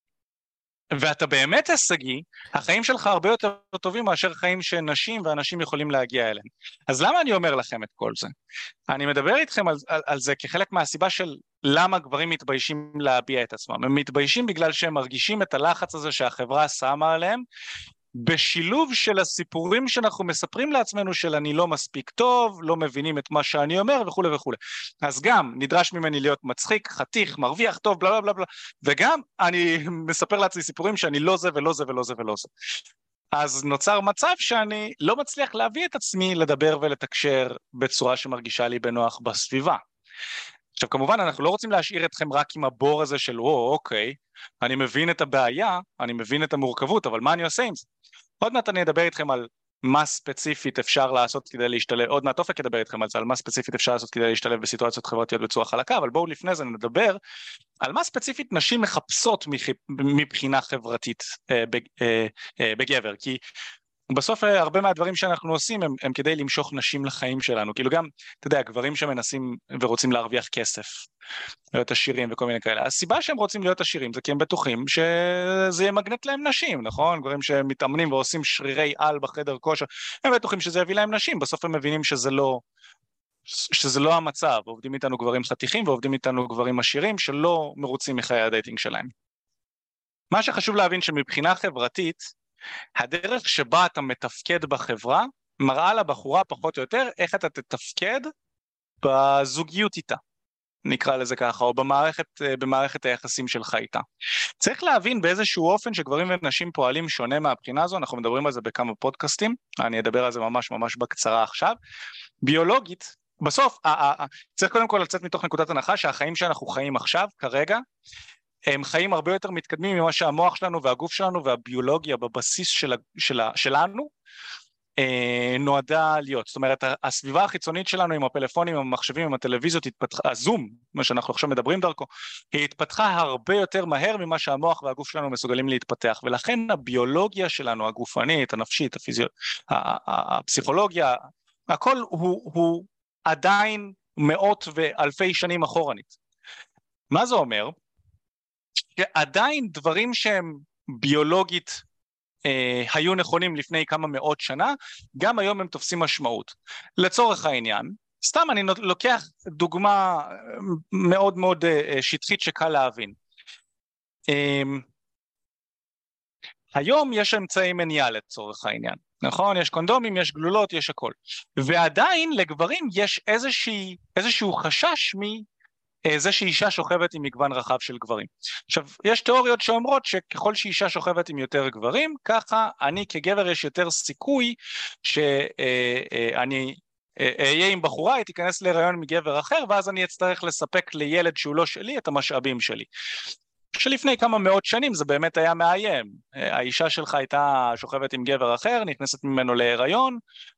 [SPEAKER 2] ואתה באמת הישגי, החיים שלך הרבה יותר טובים מאשר חיים שנשים ואנשים יכולים להגיע אליהם. אז למה אני אומר לכם את כל זה? אני מדבר איתכם על, על, על זה כחלק מהסיבה של למה גברים מתביישים להביע את עצמם. הם מתביישים בגלל שהם מרגישים את הלחץ הזה שהחברה שמה עליהם, בשילוב של הסיפורים שאנחנו מספרים לעצמנו של אני לא מספיק טוב, לא מבינים את מה שאני אומר וכו' וכו'. אז גם נדרש ממני להיות מצחיק, חתיך, מרוויח טוב, בלה בלה בלה, וגם אני מספר לעצמי סיפורים שאני לא זה ולא זה ולא זה ולא זה. אז נוצר מצב שאני לא מצליח להביא את עצמי לדבר ולתקשר בצורה שמרגישה לי בנוח בסביבה. עכשיו כמובן אנחנו לא רוצים להשאיר אתכם רק עם הבור הזה של וואו אוקיי, אני מבין את הבעיה, אני מבין את המורכבות, אבל מה אני עושה עם זה? עוד מעט אני אדבר איתכם על מה ספציפית אפשר לעשות כדי להשתלב, עוד מעט אופק אדבר איתכם על זה, על מה ספציפית אפשר לעשות כדי להשתלב בסיטואציות חברתיות בצורה חלקה, אבל בואו לפני זה נדבר על מה ספציפית נשים מחפשות מבחינה חברתית בגבר, כי בסוף הרבה מהדברים שאנחנו עושים הם, הם כדי למשוך נשים לחיים שלנו, כאילו גם, אתה יודע, גברים שמנסים ורוצים להרוויח כסף, להיות עשירים וכל מיני כאלה, הסיבה שהם רוצים להיות עשירים זה כי הם בטוחים שזה ימגנט להם נשים, נכון? גברים שמתאמנים ועושים שרירי על בחדר כושר, הם בטוחים שזה יביא להם נשים, בסוף הם מבינים שזה לא, שזה לא המצב, עובדים איתנו גברים חתיכים ועובדים איתנו גברים עשירים שלא מרוצים מחיי הדייטינג שלהם. מה שחשוב להבין שמבחינה חברתית, הדרך שבה אתה מתפקד בחברה, מראה לבחורה פחות או יותר איך אתה תתפקד בזוגיות איתה, נקרא לזה ככה, או במערכת, במערכת היחסים שלך איתה. צריך להבין באיזשהו אופן שגברים ונשים פועלים שונה מהבחינה הזו, אנחנו מדברים על זה בכמה פודקאסטים, אני אדבר על זה ממש ממש בקצרה עכשיו. ביולוגית, בסוף, צריך קודם כל לצאת מתוך נקודת הנחה שהחיים שאנחנו חיים עכשיו, כרגע, הם חיים הרבה יותר מתקדמים ממה שהמוח שלנו והגוף שלנו והביולוגיה בבסיס של, של, שלנו אה, נועדה להיות. זאת אומרת, הסביבה החיצונית שלנו עם הפלאפונים, עם המחשבים, עם הטלוויזיות, התפתחה, הזום, מה שאנחנו עכשיו מדברים דרכו, היא התפתחה הרבה יותר מהר ממה שהמוח והגוף שלנו מסוגלים להתפתח, ולכן הביולוגיה שלנו, הגופנית, הנפשית, הפיזיו... הפסיכולוגיה, הכל הוא, הוא עדיין מאות ואלפי שנים אחורנית. מה זה אומר? שעדיין דברים שהם ביולוגית אה, היו נכונים לפני כמה מאות שנה, גם היום הם תופסים משמעות. לצורך העניין, סתם אני לוקח דוגמה מאוד מאוד אה, שטחית שקל להבין. אה, היום יש אמצעי מניעה לצורך העניין, נכון? יש קונדומים, יש גלולות, יש הכל. ועדיין לגברים יש איזושהי, איזשהו חשש מ... זה שאישה שוכבת עם מגוון רחב של גברים. עכשיו, יש תיאוריות שאומרות שככל שאישה שוכבת עם יותר גברים, ככה אני כגבר יש יותר סיכוי שאני אהיה עם בחורה, היא תיכנס להיריון מגבר אחר, ואז אני אצטרך לספק לילד שהוא לא שלי את המשאבים שלי. שלפני כמה מאות שנים זה באמת היה מאיים. האישה שלך הייתה שוכבת עם גבר אחר, נכנסת ממנו להיריון,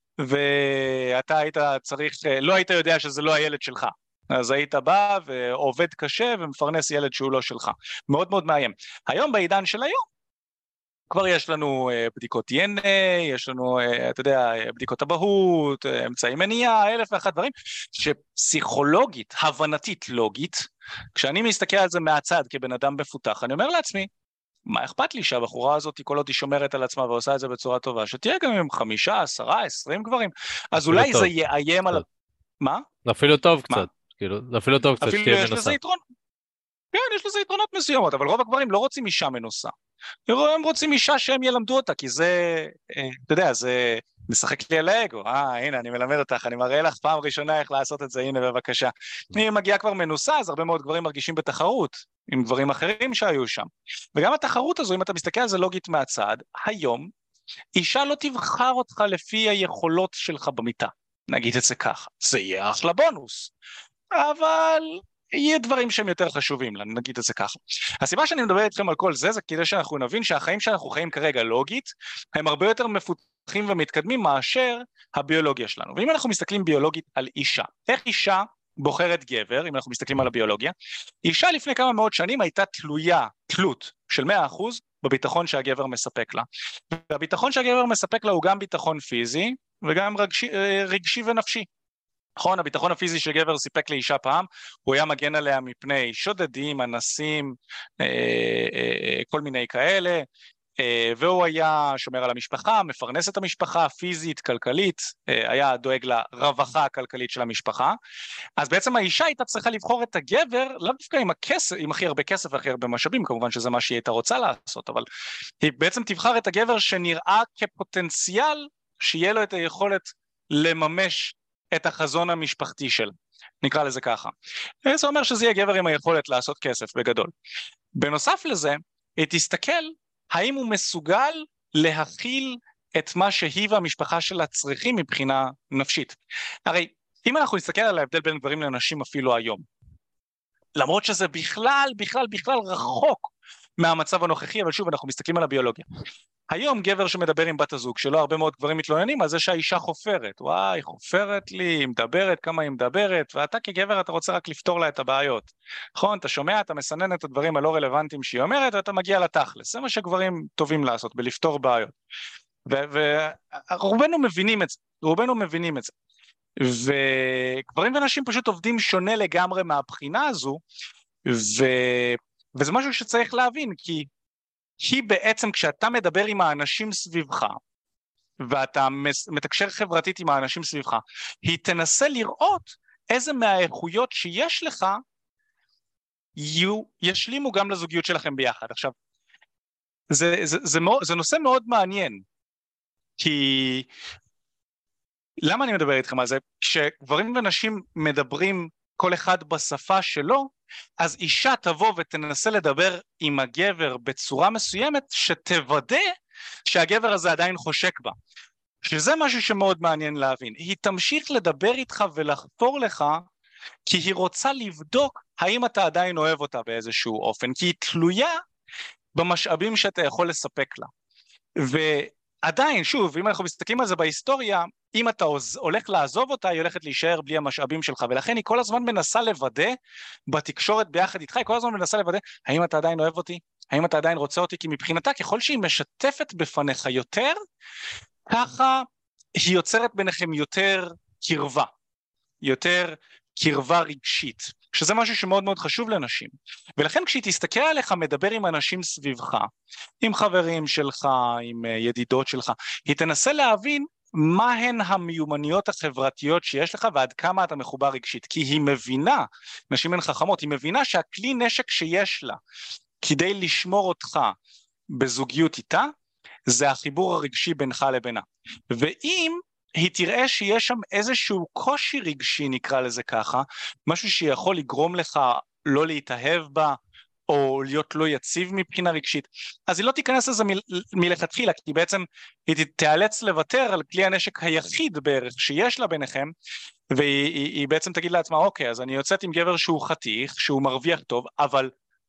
[SPEAKER 2] ואתה היית צריך, לא היית יודע שזה לא הילד שלך. אז היית בא ועובד קשה ומפרנס ילד שהוא לא שלך. מאוד מאוד מאיים. היום בעידן של היום, כבר יש לנו בדיקות די אן איי, יש לנו, אתה יודע, בדיקות אבהות, אמצעי מניעה, אלף ואחת דברים, שפסיכולוגית, הבנתית, לוגית, כשאני מסתכל על זה מהצד כבן אדם מפותח, אני אומר לעצמי, מה אכפת לי שהבחורה הזאת כל עוד היא שומרת על עצמה ועושה את זה בצורה טובה, שתהיה גם עם חמישה, עשרה, עשרים גברים, אז אולי זה יאיים על... מה?
[SPEAKER 1] אפילו טוב קצת. כאילו, זה אפילו טוב קצת שתהיה מנוסה.
[SPEAKER 2] לזה יתרון... כן, יש לזה יתרונות מסוימות, אבל רוב הגברים לא רוצים אישה מנוסה. הם רוצים אישה שהם ילמדו אותה, כי זה, אתה יודע, זה משחק לי על האגו. אה, הנה, אני מלמד אותך, אני מראה לך פעם ראשונה איך לעשות את זה, הנה בבקשה. אם מגיעה כבר מנוסה, אז הרבה מאוד גברים מרגישים בתחרות, עם דברים אחרים שהיו שם. וגם התחרות הזו, אם אתה מסתכל על זה לוגית מהצד, היום, אישה לא תבחר אותך לפי היכולות שלך במיטה. נגיד את זה ככה. זה יהיה אחלה בונוס. אבל יהיה דברים שהם יותר חשובים לנו, נגיד את זה ככה. הסיבה שאני מדבר איתכם על כל זה, זה כדי שאנחנו נבין שהחיים שאנחנו חיים כרגע לוגית, הם הרבה יותר מפותחים ומתקדמים מאשר הביולוגיה שלנו. ואם אנחנו מסתכלים ביולוגית על אישה, איך אישה בוחרת גבר, אם אנחנו מסתכלים על הביולוגיה, אישה לפני כמה מאות שנים הייתה תלויה, תלות של מאה אחוז בביטחון שהגבר מספק לה. והביטחון שהגבר מספק לה הוא גם ביטחון פיזי, וגם רגשי, רגשי ונפשי. נכון, הביטחון הפיזי שגבר סיפק לאישה פעם, הוא היה מגן עליה מפני שודדים, אנסים, אה, אה, כל מיני כאלה, אה, והוא היה שומר על המשפחה, מפרנס את המשפחה, פיזית, כלכלית, אה, היה דואג לרווחה הכלכלית של המשפחה, אז בעצם האישה הייתה צריכה לבחור את הגבר, לא דווקא עם הכסף, עם הכי הרבה כסף והכי הרבה משאבים, כמובן שזה מה שהיא הייתה רוצה לעשות, אבל היא בעצם תבחר את הגבר שנראה כפוטנציאל, שיהיה לו את היכולת לממש את החזון המשפחתי של, נקרא לזה ככה. זה אומר שזה יהיה גבר עם היכולת לעשות כסף בגדול. בנוסף לזה, היא תסתכל האם הוא מסוגל להכיל את מה שהיא והמשפחה שלה צריכים מבחינה נפשית. הרי אם אנחנו נסתכל על ההבדל בין גברים לנשים אפילו היום, למרות שזה בכלל, בכלל, בכלל רחוק מהמצב הנוכחי, אבל שוב אנחנו מסתכלים על הביולוגיה. היום גבר שמדבר עם בת הזוג שלו, הרבה מאוד גברים מתלוננים על זה שהאישה חופרת, וואי, חופרת לי, היא מדברת, כמה היא מדברת, ואתה כגבר אתה רוצה רק לפתור לה את הבעיות. נכון, אתה שומע, אתה מסנן את הדברים הלא רלוונטיים שהיא אומרת, ואתה מגיע לתכלס. זה מה שגברים טובים לעשות, בלפתור בעיות. ורובנו מבינים את זה, רובנו מבינים את זה. וגברים ונשים פשוט עובדים שונה לגמרי מהבחינה הזו, ו... וזה משהו שצריך להבין, כי היא בעצם כשאתה מדבר עם האנשים סביבך, ואתה מתקשר חברתית עם האנשים סביבך, היא תנסה לראות איזה מהאיכויות שיש לך, יהיו, ישלימו גם לזוגיות שלכם ביחד. עכשיו, זה, זה, זה, מאוד, זה נושא מאוד מעניין, כי למה אני מדבר איתכם על זה? כשגברים ונשים מדברים כל אחד בשפה שלו, אז אישה תבוא ותנסה לדבר עם הגבר בצורה מסוימת שתוודא שהגבר הזה עדיין חושק בה. שזה משהו שמאוד מעניין להבין. היא תמשיך לדבר איתך ולחפור לך, כי היא רוצה לבדוק האם אתה עדיין אוהב אותה באיזשהו אופן, כי היא תלויה במשאבים שאתה יכול לספק לה. עדיין, שוב, אם אנחנו מסתכלים על זה בהיסטוריה, אם אתה הולך לעזוב אותה, היא הולכת להישאר בלי המשאבים שלך, ולכן היא כל הזמן מנסה לוודא, בתקשורת ביחד איתך, היא כל הזמן מנסה לוודא, האם אתה עדיין אוהב אותי? האם אתה עדיין רוצה אותי? כי מבחינתה, ככל שהיא משתפת בפניך יותר, ככה היא יוצרת ביניכם יותר קרבה, יותר קרבה רגשית, שזה משהו שמאוד מאוד חשוב לנשים. ולכן כשהיא תסתכל עליך, מדבר עם אנשים סביבך, עם חברים שלך, עם ידידות שלך, היא תנסה להבין מה הן המיומנויות החברתיות שיש לך ועד כמה אתה מחובר רגשית, כי היא מבינה, נשים הן חכמות, היא מבינה שהכלי נשק שיש לה כדי לשמור אותך בזוגיות איתה, זה החיבור הרגשי בינך לבינה. ואם היא תראה שיש שם איזשהו קושי רגשי, נקרא לזה ככה, משהו שיכול לגרום לך לא להתאהב בה, או להיות לא יציב מבחינה רגשית, אז היא לא תיכנס לזה מ- מלכתחילה, כי בעצם היא תיאלץ לוותר על כלי הנשק היחיד בערך שיש לה ביניכם, והיא היא, היא בעצם תגיד לעצמה, אוקיי, אז אני יוצאת עם גבר שהוא חתיך, שהוא מרוויח טוב, אבל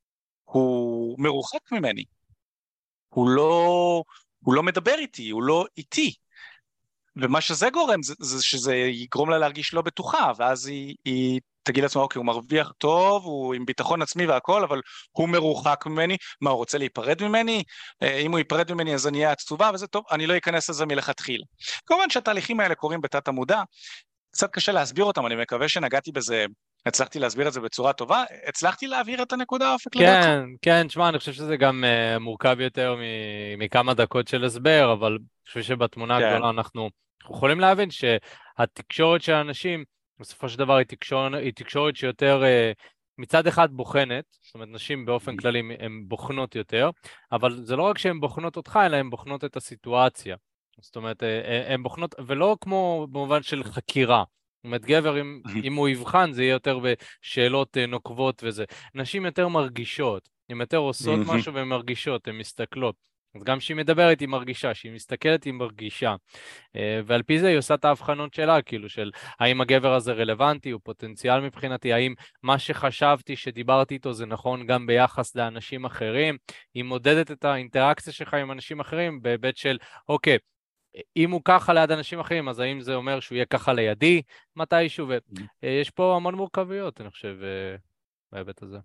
[SPEAKER 2] הוא מרוחק ממני, הוא לא, הוא לא מדבר איתי, הוא לא איתי, ומה שזה גורם, זה, זה שזה יגרום לה להרגיש לא בטוחה, ואז היא, היא תגיד לעצמה, אוקיי, הוא מרוויח טוב, הוא עם ביטחון עצמי והכל, אבל הוא מרוחק ממני, מה, הוא רוצה להיפרד ממני? אם הוא ייפרד ממני, אז אני אהיה עצובה, וזה טוב, אני לא אכנס לזה מלכתחיל. כמובן שהתהליכים האלה קורים בתת המודע, קצת קשה להסביר אותם, אני מקווה שנגעתי בזה, הצלחתי להסביר את זה בצורה טובה, הצלחתי להעביר את הנקודה האופק לדעתך?
[SPEAKER 1] כן, כן, תשמע, אני חושב שזה גם uh, מורכב יותר מ- מכמה דקות של הסבר, אבל אני חושב שבתמונה
[SPEAKER 2] כן.
[SPEAKER 1] הגדולה אנחנו, אנחנו יכולים להבין שהתקשורת של האנשים, בסופו של דבר היא תקשורת, היא תקשורת שיותר uh, מצד אחד בוחנת, זאת אומרת, נשים באופן כללי הן בוחנות יותר, אבל זה לא רק שהן בוחנות אותך, אלא הן בוחנות את הסיטואציה. זאת אומרת, הן בוחנות, ולא כמו במובן של חקירה. זאת אומרת, גבר, אם, אם הוא יבחן, זה יהיה יותר בשאלות נוקבות וזה. נשים יותר מרגישות, הן יותר עושות משהו והן מרגישות, הן מסתכלות. אז גם כשהיא מדברת היא מרגישה, כשהיא מסתכלת היא מרגישה. ועל פי זה היא עושה את ההבחנות שלה, כאילו של האם הגבר הזה רלוונטי, הוא פוטנציאל מבחינתי, האם מה שחשבתי שדיברתי איתו זה נכון גם ביחס לאנשים אחרים, היא מודדת את האינטראקציה שלך עם אנשים אחרים בהיבט של, אוקיי, אם הוא ככה ליד אנשים אחרים, אז האם זה אומר שהוא יהיה ככה לידי מתישהו, ויש פה המון מורכבויות, אני חושב, בהיבט הזה.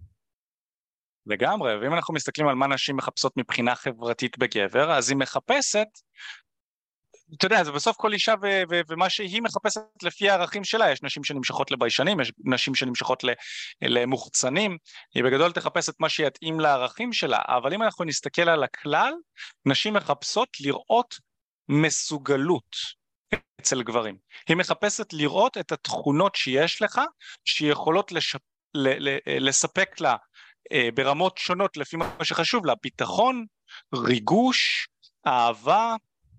[SPEAKER 2] לגמרי, ואם אנחנו מסתכלים על מה נשים מחפשות מבחינה חברתית בגבר, אז היא מחפשת, אתה יודע, זה בסוף כל אישה ו- ו- ומה שהיא מחפשת לפי הערכים שלה, יש נשים שנמשכות לביישנים, יש נשים שנמשכות למוחצנים, היא בגדול תחפש את מה שיתאים לערכים שלה, אבל אם אנחנו נסתכל על הכלל, נשים מחפשות לראות מסוגלות אצל גברים. היא מחפשת לראות את התכונות שיש לך, שיכולות לשפ... ל- ל- לספק לה ברמות שונות לפי מה שחשוב לה, ביטחון, ריגוש, אהבה,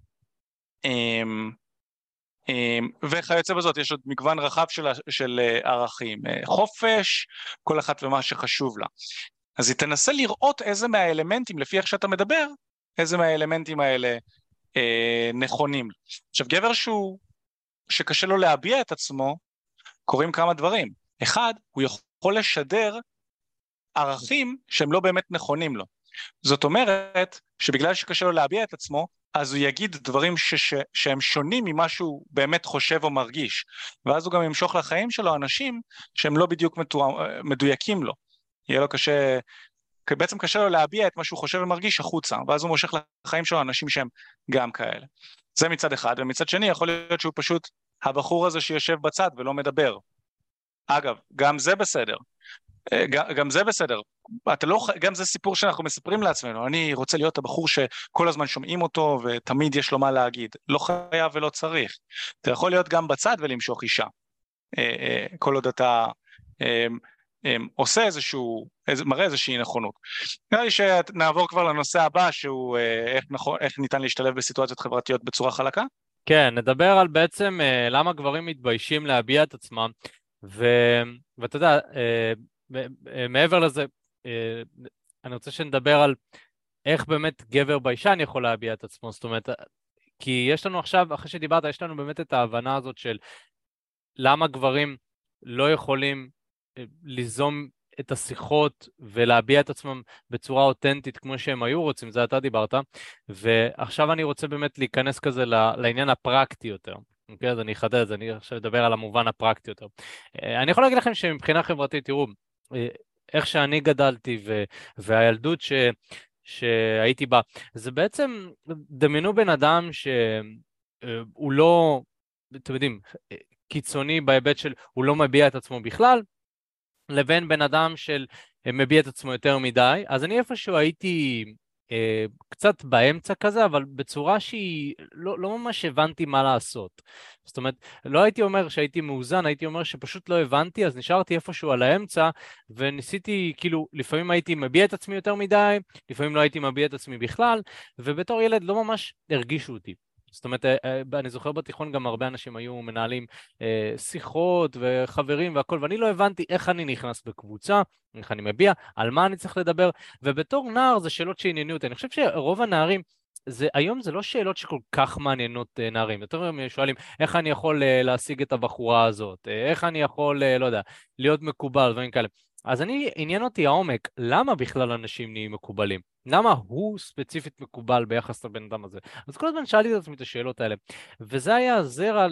[SPEAKER 2] וכיוצא בזאת. יש עוד מגוון רחב של, של ערכים, חופש, כל אחת ומה שחשוב לה. אז היא תנסה לראות איזה מהאלמנטים, לפי איך שאתה מדבר, איזה מהאלמנטים האלה אה, נכונים. עכשיו, גבר שהוא, שקשה לו להביע את עצמו, קוראים כמה דברים. אחד, הוא יכול לשדר ערכים שהם לא באמת נכונים לו. זאת אומרת שבגלל שקשה לו להביע את עצמו, אז הוא יגיד דברים ש- ש- שהם שונים ממה שהוא באמת חושב או מרגיש, ואז הוא גם ימשוך לחיים שלו אנשים שהם לא בדיוק מדויקים לו. יהיה לו קשה, בעצם קשה לו להביע את מה שהוא חושב ומרגיש החוצה, ואז הוא מושך לחיים שלו אנשים שהם גם כאלה. זה מצד אחד, ומצד שני יכול להיות שהוא פשוט הבחור הזה שיושב בצד ולא מדבר. אגב, גם זה בסדר. גם זה בסדר, אתה לא, גם זה סיפור שאנחנו מספרים לעצמנו, אני רוצה להיות הבחור שכל הזמן שומעים אותו ותמיד יש לו מה להגיד, לא חייב ולא צריך, אתה יכול להיות גם בצד ולמשוך אישה, כל עוד אתה עושה איזשהו, מראה איזושהי נכונות. נראה לי שנעבור כבר לנושא הבא, שהוא איך, נכון, איך ניתן להשתלב בסיטואציות חברתיות בצורה חלקה.
[SPEAKER 1] כן, נדבר על בעצם למה גברים מתביישים להביע את עצמם, ו... ואתה יודע, מעבר לזה, אני רוצה שנדבר על איך באמת גבר ביישן יכול להביע את עצמו, זאת אומרת, כי יש לנו עכשיו, אחרי שדיברת, יש לנו באמת את ההבנה הזאת של למה גברים לא יכולים ליזום את השיחות ולהביע את עצמם בצורה אותנטית כמו שהם היו רוצים, זה אתה דיברת, ועכשיו אני רוצה באמת להיכנס כזה לעניין הפרקטי יותר. אוקיי, אז אני אחדד את זה, אני עכשיו אדבר על המובן הפרקטי יותר. אני יכול להגיד לכם שמבחינה חברתית, תראו, איך שאני גדלתי ו, והילדות ש, שהייתי בה, זה בעצם, דמיינו בן אדם שהוא לא, אתם יודעים, קיצוני בהיבט של הוא לא מביע את עצמו בכלל, לבין בן אדם של מביע את עצמו יותר מדי. אז אני איפשהו הייתי אה, קצת באמצע כזה, אבל בצורה שהיא לא, לא ממש הבנתי מה לעשות. זאת אומרת, לא הייתי אומר שהייתי מאוזן, הייתי אומר שפשוט לא הבנתי, אז נשארתי איפשהו על האמצע, וניסיתי, כאילו, לפעמים הייתי מביע את עצמי יותר מדי, לפעמים לא הייתי מביע את עצמי בכלל, ובתור ילד לא ממש הרגישו אותי. זאת אומרת, אני זוכר בתיכון גם הרבה אנשים היו מנהלים שיחות וחברים והכל, ואני לא הבנתי איך אני נכנס בקבוצה, איך אני מביע, על מה אני צריך לדבר, ובתור נער זה שאלות שעניינו אותי. אני חושב שרוב הנערים, זה, היום זה לא שאלות שכל כך מעניינות נערים, יותר הם שואלים איך אני יכול להשיג את הבחורה הזאת, איך אני יכול, לא יודע, להיות מקובל דברים כאלה. אז אני, עניין אותי העומק, למה בכלל אנשים נהיים מקובלים? למה הוא ספציפית מקובל ביחס לבן אדם הזה? אז כל הזמן שאלתי את עצמי את השאלות האלה, וזה היה זרע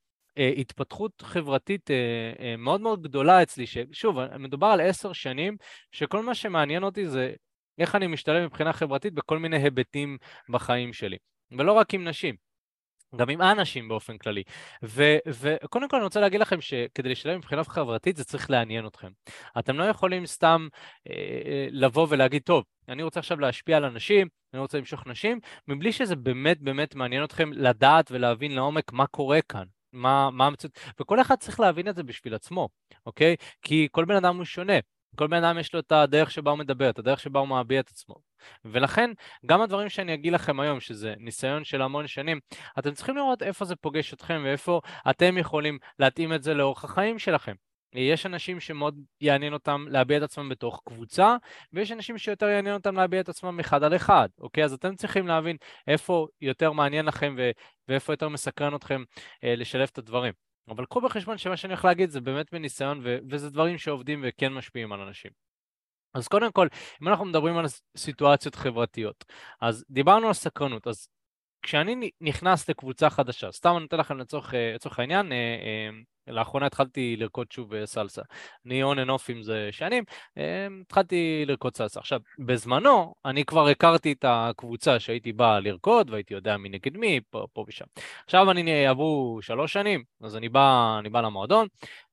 [SPEAKER 1] להתפתחות חברתית מאוד מאוד גדולה אצלי, ששוב, מדובר על עשר שנים, שכל מה שמעניין אותי זה איך אני משתלב מבחינה חברתית בכל מיני היבטים בחיים שלי, ולא רק עם נשים. גם עם אנשים באופן כללי. ו- וקודם כל אני רוצה להגיד לכם שכדי לשלם מבחינה חברתית זה צריך לעניין אתכם. אתם לא יכולים סתם אה, לבוא ולהגיד, טוב, אני רוצה עכשיו להשפיע על אנשים, אני רוצה למשוך נשים, מבלי שזה באמת באמת מעניין אתכם לדעת ולהבין לעומק מה קורה כאן. מה, מה המצאת, וכל אחד צריך להבין את זה בשביל עצמו, אוקיי? כי כל בן אדם הוא שונה. כל בן אדם יש לו את הדרך שבה הוא מדבר, את הדרך שבה הוא מעביע את עצמו. ולכן, גם הדברים שאני אגיד לכם היום, שזה ניסיון של המון שנים, אתם צריכים לראות איפה זה פוגש אתכם, ואיפה אתם יכולים להתאים את זה לאורך החיים שלכם. יש אנשים שמאוד יעניין אותם להביע את עצמם בתוך קבוצה, ויש אנשים שיותר יעניין אותם להביע את עצמם אחד על אחד, אוקיי? אז אתם צריכים להבין איפה יותר מעניין לכם, ו- ואיפה יותר מסקרן אתכם אה, לשלב את הדברים. אבל קחו בחשבון שמה שאני הולך להגיד זה באמת מניסיון, ו- וזה דברים שעובדים וכן משפיעים על אנשים. אז קודם כל, אם אנחנו מדברים על סיטואציות חברתיות, אז דיברנו על סקרנות, אז כשאני נכנס לקבוצה חדשה, סתם אני נותן לכם לצורך, לצורך העניין, לאחרונה התחלתי לרקוד שוב סלסה. אני on and off עם זה שנים, התחלתי לרקוד סלסה. עכשיו, בזמנו, אני כבר הכרתי את הקבוצה שהייתי בא לרקוד, והייתי יודע מי נגד מי, פה, פה ושם. עכשיו אני עברו שלוש שנים, אז אני בא, אני בא למועדון,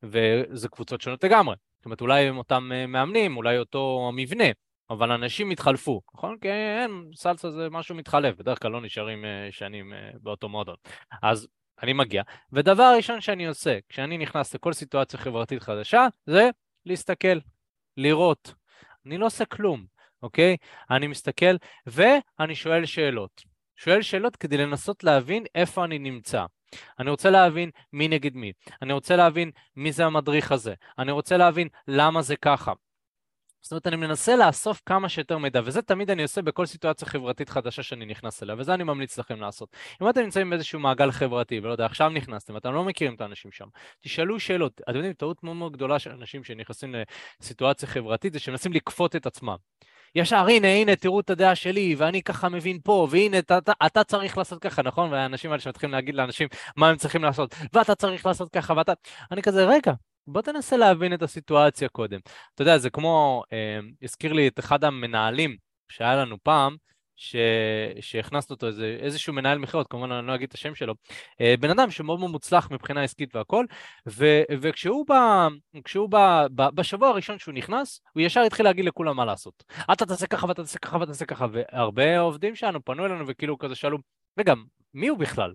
[SPEAKER 1] וזה קבוצות שונות לגמרי. זאת אומרת, אולי הם אותם מאמנים, אולי אותו מבנה, אבל אנשים מתחלפו, נכון? כי אין, סלסה זה משהו מתחלף, בדרך כלל לא נשארים שנים באותו מועדון. אז אני מגיע, ודבר הראשון שאני עושה, כשאני נכנס לכל סיטואציה חברתית חדשה, זה להסתכל, לראות. אני לא עושה כלום, אוקיי? אני מסתכל ואני שואל שאלות. שואל שאלות כדי לנסות להבין איפה אני נמצא. אני רוצה להבין מי נגד מי. אני רוצה להבין מי זה המדריך הזה. אני רוצה להבין למה זה ככה. זאת אומרת, אני מנסה לאסוף כמה שיותר מידע, וזה תמיד אני עושה בכל סיטואציה חברתית חדשה שאני נכנס אליה, וזה אני ממליץ לכם לעשות. אם אתם נמצאים באיזשהו מעגל חברתי, ולא יודע, עכשיו נכנסתם, ואתם לא מכירים את האנשים שם, תשאלו שאלות. אתם יודעים, טעות מאוד מאוד גדולה של אנשים שנכנסים לסיטואציה חברתית, זה שמנסים לקפות את עצמם. ישר, הנה, הנה, תראו את הדעה שלי, ואני ככה מבין פה, והנה, אתה, אתה, אתה צריך לעשות ככה, נכון? והאנשים האלה שמתחילים להגיד לאנשים מה הם צריכים לעשות, ואתה צריך לעשות ככה, ואתה... אני כזה, רגע, בוא תנסה להבין את הסיטואציה קודם. אתה יודע, זה כמו, אה, הזכיר לי את אחד המנהלים שהיה לנו פעם, ש... שהכנסנו אותו איזה, איזשהו מנהל מכירות, כמובן אני לא אגיד את השם שלו, אה, בן אדם שמאוד מאוד מוצלח מבחינה עסקית והכל, ו... וכשהוא בא, כשהוא בא, ב... בשבוע הראשון שהוא נכנס, הוא ישר התחיל להגיד לכולם מה לעשות. אתה תעשה ככה ואתה תעשה ככה ואתה תעשה ככה, והרבה עובדים שלנו פנו אלינו וכאילו כזה שאלו, רגע, מי הוא בכלל?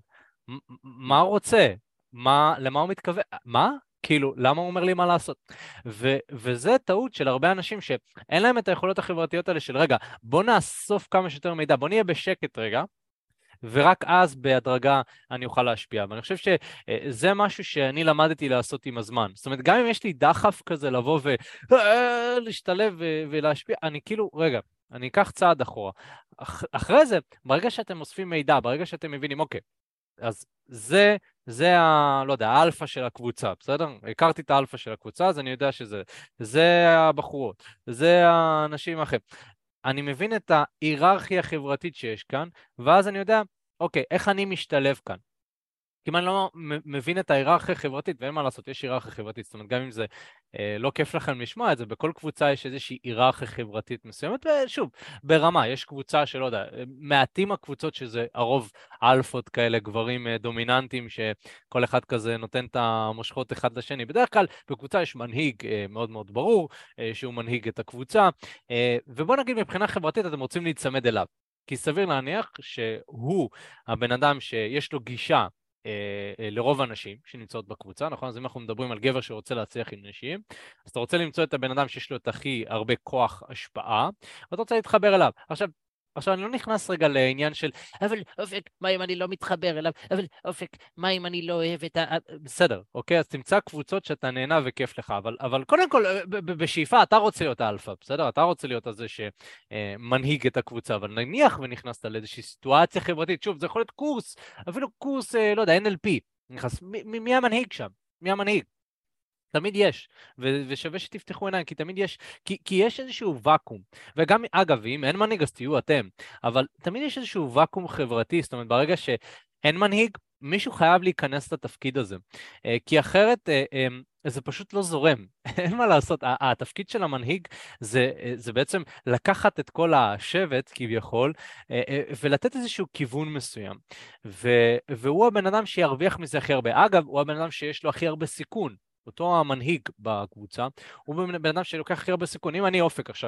[SPEAKER 1] מה הוא רוצה? מה, למה הוא מתכוון? מה? כאילו, למה הוא אומר לי מה לעשות? ו- וזה טעות של הרבה אנשים שאין להם את היכולות החברתיות האלה של רגע, בוא נאסוף כמה שיותר מידע, בוא נהיה בשקט רגע, ורק אז בהדרגה אני אוכל להשפיע. ואני חושב שזה משהו שאני למדתי לעשות עם הזמן. זאת אומרת, גם אם יש לי דחף כזה לבוא ולהשתלב ולהשפיע, אני כאילו, רגע, אני אקח צעד אחורה. אח- אחרי זה, ברגע שאתם אוספים מידע, ברגע שאתם מבינים, אוקיי, אז זה, זה ה... לא יודע, האלפא של הקבוצה, בסדר? הכרתי את האלפא של הקבוצה, אז אני יודע שזה, זה הבחורות, זה האנשים האחרים. אני מבין את ההיררכיה החברתית שיש כאן, ואז אני יודע, אוקיי, איך אני משתלב כאן? כי אם אני לא מבין את ההיררכיה החברתית, ואין מה לעשות, יש היררכיה חברתית, זאת אומרת, גם אם זה אה, לא כיף לכם לשמוע את זה, בכל קבוצה יש איזושהי היררכיה חברתית מסוימת, ושוב, ברמה, יש קבוצה שלא יודע, מעטים הקבוצות שזה הרוב אלפות כאלה, גברים אה, דומיננטיים, שכל אחד כזה נותן את המושכות אחד לשני. בדרך כלל, בקבוצה יש מנהיג אה, מאוד מאוד ברור, אה, שהוא מנהיג את הקבוצה, אה, ובוא נגיד מבחינה חברתית, אתם רוצים להיצמד אליו. כי סביר להניח שהוא הבן אדם שיש לו גישה לרוב האנשים שנמצאות בקבוצה, נכון? אז אם אנחנו מדברים על גבר שרוצה להצליח עם נשים, אז אתה רוצה למצוא את הבן אדם שיש לו את הכי הרבה כוח השפעה, ואתה רוצה להתחבר אליו. עכשיו, עכשיו אני לא נכנס רגע לעניין של, אבל אופק, מה אם אני לא מתחבר אליו? אבל אופק, מה אם אני לא אוהב את ה... בסדר, אוקיי? אז תמצא קבוצות שאתה נהנה וכיף לך, אבל, אבל קודם כל, בשאיפה, אתה רוצה להיות האלפא, בסדר? אתה רוצה להיות הזה שמנהיג את הקבוצה, אבל נניח ונכנסת לאיזושהי סיטואציה חברתית, שוב, זה יכול להיות קורס, אפילו קורס, לא יודע, אן אל פי, נכנס, מי, מי המנהיג שם? מי המנהיג? תמיד יש, ו- ושווה שתפתחו עיניים, כי תמיד יש, כי, כי יש איזשהו ואקום, וגם, אגב, אם אין מנהיג, אז תהיו אתם, אבל תמיד יש איזשהו ואקום חברתי, זאת אומרת, ברגע שאין מנהיג, מישהו חייב להיכנס לתפקיד הזה, כי אחרת זה פשוט לא זורם, אין מה לעשות, התפקיד של המנהיג זה, זה בעצם לקחת את כל השבט, כביכול, ולתת איזשהו כיוון מסוים, ו- והוא הבן אדם שירוויח מזה הכי הרבה, אגב, הוא הבן אדם שיש לו הכי הרבה סיכון, אותו המנהיג בקבוצה, הוא בן אדם שלוקח הכי הרבה סיכון. אם אני אופק עכשיו,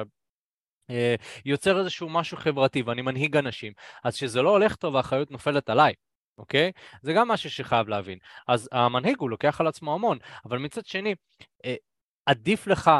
[SPEAKER 1] יוצר איזשהו משהו חברתי ואני מנהיג אנשים, אז שזה לא הולך טוב, האחריות נופלת עליי, אוקיי? זה גם משהו שחייב להבין. אז המנהיג הוא לוקח על עצמו המון, אבל מצד שני, עדיף לך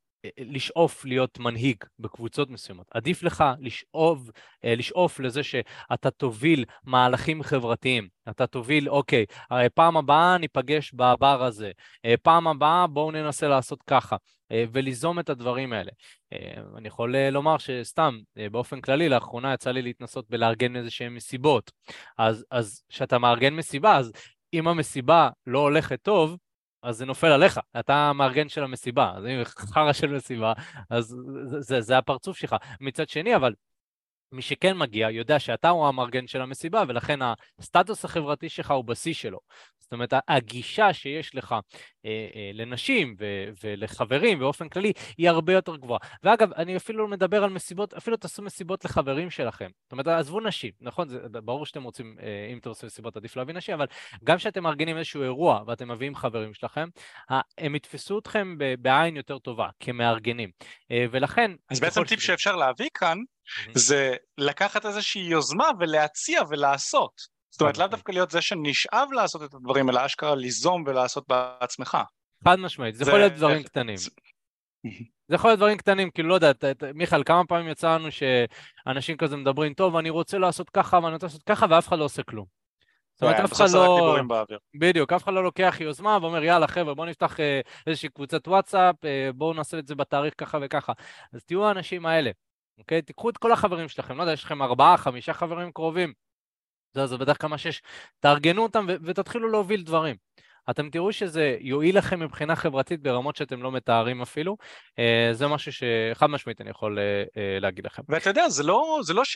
[SPEAKER 1] לשאוף להיות מנהיג בקבוצות מסוימות. עדיף לך לשאוף, לשאוף לזה שאתה תוביל מהלכים חברתיים. אתה תוביל, אוקיי, פעם הבאה ניפגש בבר הזה, פעם הבאה בואו ננסה לעשות ככה, וליזום את הדברים האלה. אני יכול לומר שסתם, באופן כללי, לאחרונה יצא לי להתנסות בלארגן איזשהם מסיבות. אז, אז שאתה מארגן מסיבה, אז אם המסיבה לא הולכת טוב, אז זה נופל עליך, אתה המארגן של המסיבה, אז אם חרא של מסיבה, אז זה, זה, זה הפרצוף שלך. מצד שני, אבל מי שכן מגיע, יודע שאתה הוא המארגן של המסיבה, ולכן הסטטוס החברתי שלך הוא בשיא שלו. זאת אומרת, הגישה שיש לך אה, אה, לנשים ו- ולחברים באופן כללי, היא הרבה יותר גבוהה. ואגב, אני אפילו מדבר על מסיבות, אפילו תעשו מסיבות לחברים שלכם. זאת אומרת, עזבו נשים, נכון? זה ברור שאתם רוצים, אה, אם אתם עושים מסיבות, עדיף להביא נשים, אבל גם שאתם מארגנים איזשהו אירוע, ואתם מביאים חברים שלכם, הם יתפסו אתכם בעין יותר טובה, כמארגנים. אה, ולכן...
[SPEAKER 2] אז בעצם טיפ שאפשר להביא כאן, זה לקחת איזושהי יוזמה ולהציע ולעשות. זאת אומרת, לאו דווקא להיות זה שנשאב לעשות את הדברים, אלא אשכרה ליזום ולעשות בעצמך.
[SPEAKER 1] חד משמעית, זה יכול להיות דברים קטנים. זה יכול להיות דברים קטנים, כאילו לא יודע, מיכאל, כמה פעמים יצא לנו שאנשים כזה מדברים, טוב, אני רוצה לעשות ככה ואני רוצה לעשות ככה, ואף אחד לא עושה כלום. זאת אומרת, אף אחד לא... בדיוק, אף אחד לא לוקח יוזמה ואומר, יאללה חבר'ה, בואו נפתח איזושהי קבוצת וואטסאפ, בואו נעשה את זה בתאריך ככה וככה. אז תהיו האנשים האלה. אוקיי? תיקחו את כל החברים שלכם, לא יודע, יש לכם ארבעה, חמישה חברים קרובים, זה, זה בדרך כלל מה שיש, תארגנו אותם ו- ותתחילו להוביל דברים. אתם תראו שזה יועיל לכם מבחינה חברתית ברמות שאתם לא מתארים אפילו, זה משהו שחד משמעית אני יכול להגיד לכם.
[SPEAKER 2] ואתה יודע, זה לא, זה לא ש...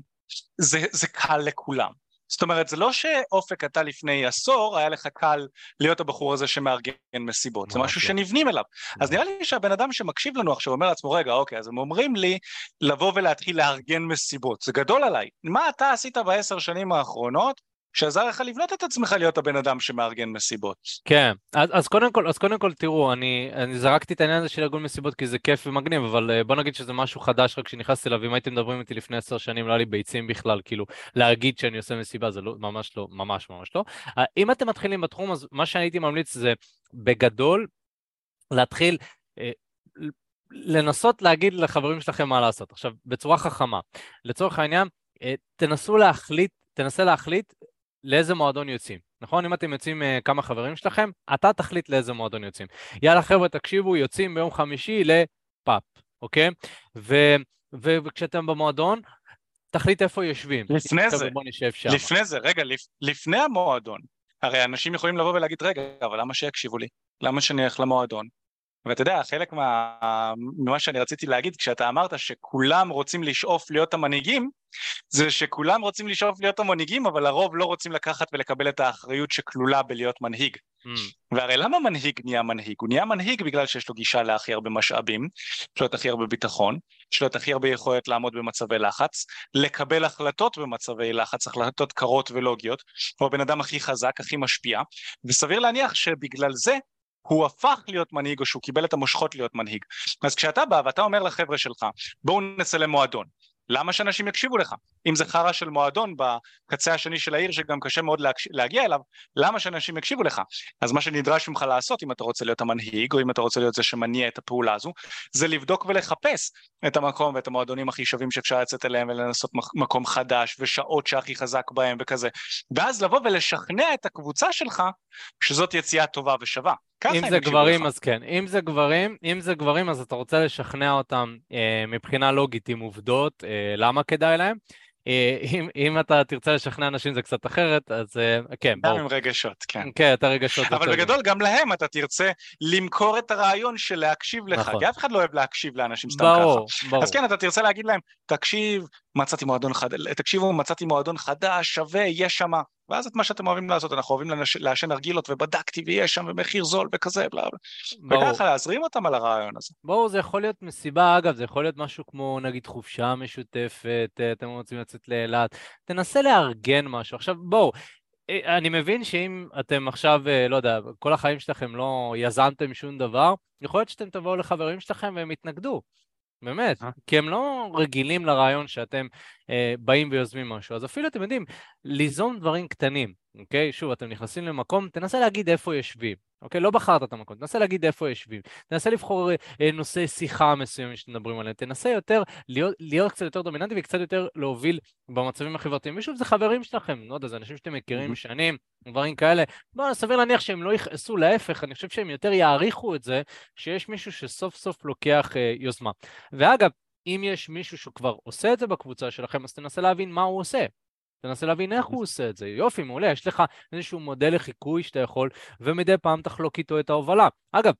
[SPEAKER 2] זה, זה קל לכולם. זאת אומרת, זה לא שאופק אתה לפני עשור, היה לך קל להיות הבחור הזה שמארגן מסיבות, זה משהו שנבנים אליו. אז נראה לי שהבן אדם שמקשיב לנו עכשיו אומר לעצמו, רגע, אוקיי, אז הם אומרים לי לבוא ולהתחיל לארגן מסיבות, זה גדול עליי. מה אתה עשית בעשר שנים האחרונות, שעזר לך לבנות את עצמך להיות הבן אדם שמארגן מסיבות?
[SPEAKER 1] כן, אז, אז קודם כל, אז קודם כל תראו, אני, אני זרקתי את העניין הזה של ארגון מסיבות כי זה כיף ומגניב, אבל בוא נגיד שזה משהו חדש רק כשנכנסתי אליו, אם הייתם מדברים איתי לפני עשר שנים, לא היה לי ביצים בכלל, כאילו, להגיד שאני עושה מסיבה, זה לא, ממש לא, ממש ממש לא. אם אתם מתחילים בתחום, אז מה שאני הייתי ממליץ זה בגדול, להתחיל, לנסות להגיד לחברים שלכם מה לעשות. עכשיו, בצורה חכמה, לצורך העניין, תנסו להחליט, תנסה להחליט לאיזה מועדון יוצאים, נכון? אם אתם יוצאים uh, כמה חברים שלכם, אתה תחליט לאיזה מועדון יוצאים. יאללה חבר'ה, תקשיבו, יוצאים ביום חמישי לפאפ, אוקיי? ו- ו- וכשאתם במועדון, תחליט איפה יושבים.
[SPEAKER 2] לפני זה,
[SPEAKER 1] בוא נשב שם.
[SPEAKER 2] לפני זה, רגע, לפ, לפני המועדון, הרי אנשים יכולים לבוא ולהגיד, רגע, אבל למה שיקשיבו לי? למה שאני אלך למועדון? ואתה יודע, חלק מה, ממה שאני רציתי להגיד, כשאתה אמרת שכולם רוצים לשאוף להיות המנהיגים, זה שכולם רוצים לשאוף להיות המנהיגים, אבל לרוב לא רוצים לקחת ולקבל את האחריות שכלולה בלהיות מנהיג. Mm. והרי למה מנהיג נהיה מנהיג? הוא נהיה מנהיג בגלל שיש לו גישה להכי הרבה משאבים, יש לו את הכי הרבה ביטחון, יש לו את הכי הרבה יכולת לעמוד במצבי לחץ, לקבל החלטות במצבי לחץ, החלטות קרות ולוגיות, הוא הבן אדם הכי חזק, הכי משפיע, וסביר להניח שבגלל זה הוא הפך להיות מנהיג, או שהוא קיבל את המושכות להיות מנהיג. אז כשאתה בא ואתה אומר לחבר'ה שלך, בואו נצא למועדון, למה שאנשים יקשיבו לך? אם זה חרה של מועדון בקצה השני של העיר שגם קשה מאוד להגיע אליו, למה שאנשים יקשיבו לך? אז מה שנדרש ממך לעשות, אם אתה רוצה להיות המנהיג, או אם אתה רוצה להיות זה שמניע את הפעולה הזו, זה לבדוק ולחפש את המקום ואת המועדונים הכי שווים שאפשר לצאת אליהם ולנסות מקום חדש ושעות שהכי חזק בהם וכזה. ואז לבוא ולשכנע את הקבוצה שלך שזאת יציאה טובה ושווה.
[SPEAKER 1] אם זה גברים, אז כן. אם זה גברים, אם זה גברים, אז אתה רוצה לשכנע אותם אה, מבחינה לוגית עם עובדות, אה, למה כדאי להם. אה, אם, אם אתה תרצה לשכנע אנשים זה קצת אחרת, אז אה, כן, ברור.
[SPEAKER 2] גם עם רגשות, כן.
[SPEAKER 1] כן, את הרגשות.
[SPEAKER 2] אבל בגדול גם להם אתה תרצה למכור את הרעיון של להקשיב לך, נכון. כי אף אחד לא אוהב להקשיב לאנשים סתם ברור, ככה. ברור. אז כן, אתה תרצה להגיד להם, תקשיב, מצאתי מועדון חדש, תקשיבו, מצאתי מועדון חדש, שווה, יש שמה. ואז את מה שאתם אוהבים לעשות, אנחנו אוהבים לעשן הרגילות, ובדקתי ויש שם, ומחיר זול וכזה, בלה בלה. וככה להזרים אותם על הרעיון הזה.
[SPEAKER 1] ברור, זה יכול להיות מסיבה, אגב, זה יכול להיות משהו כמו, נגיד, חופשה משותפת, אתם רוצים לצאת לאילת, תנסה לארגן משהו. עכשיו, בואו, אני מבין שאם אתם עכשיו, לא יודע, כל החיים שלכם לא יזמתם שום דבר, יכול להיות שאתם תבואו לחברים שלכם והם יתנגדו. באמת, כי הם לא רגילים לרעיון שאתם אה, באים ויוזמים משהו. אז אפילו אתם יודעים, ליזום דברים קטנים, אוקיי? שוב, אתם נכנסים למקום, תנסה להגיד איפה יושבים, אוקיי? לא בחרת את המקום, תנסה להגיד איפה יושבים, תנסה לבחור אה, נושא שיחה מסוים שתדברים עליהם, תנסה יותר, להיות, להיות קצת יותר דומיננטי וקצת יותר להוביל במצבים החברתיים. ושוב, זה חברים שלכם, לא יודע, זה אנשים שאתם מכירים שנים, דברים כאלה. בוא, סביר להניח שהם לא יכעסו, להפך, אני חושב שהם יותר יעריכו את זה, שיש מישהו שסוף סוף לוקח אה, יוזמה. ואגב, אם יש מישהו שכבר עושה את זה בקבוצה שלכם, אז תנסה להבין מה הוא עושה. תנסה להבין איך הוא עושה את זה. יופי, מעולה, יש לך איזשהו מודל לחיקוי שאתה יכול, ומדי פעם תחלוק איתו את ההובלה. אגב,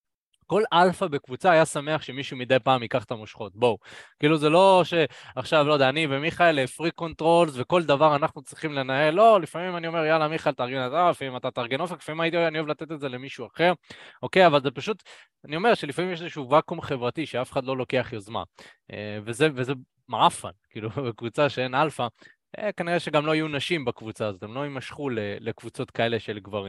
[SPEAKER 1] כל אלפא בקבוצה היה שמח שמישהו מדי פעם ייקח את המושכות. בואו. כאילו זה לא שעכשיו, לא יודע, אני ומיכאל פרי קונטרולס וכל דבר אנחנו צריכים לנהל. לא, לפעמים אני אומר, יאללה, מיכאל, תארגן את זה, לפעמים אתה תארגן אופק, לפעמים הייתי, אני אוהב לתת את זה למישהו אחר. אוקיי, אבל זה פשוט, אני אומר שלפעמים יש איזשהו ואקום חברתי שאף אחד לא לוקח יוזמה. וזה, וזה מעפן, כאילו, בקבוצה שאין אלפא. כנראה שגם לא יהיו נשים בקבוצה הזאת, הם לא יימשכו לקבוצות כאלה של גברים.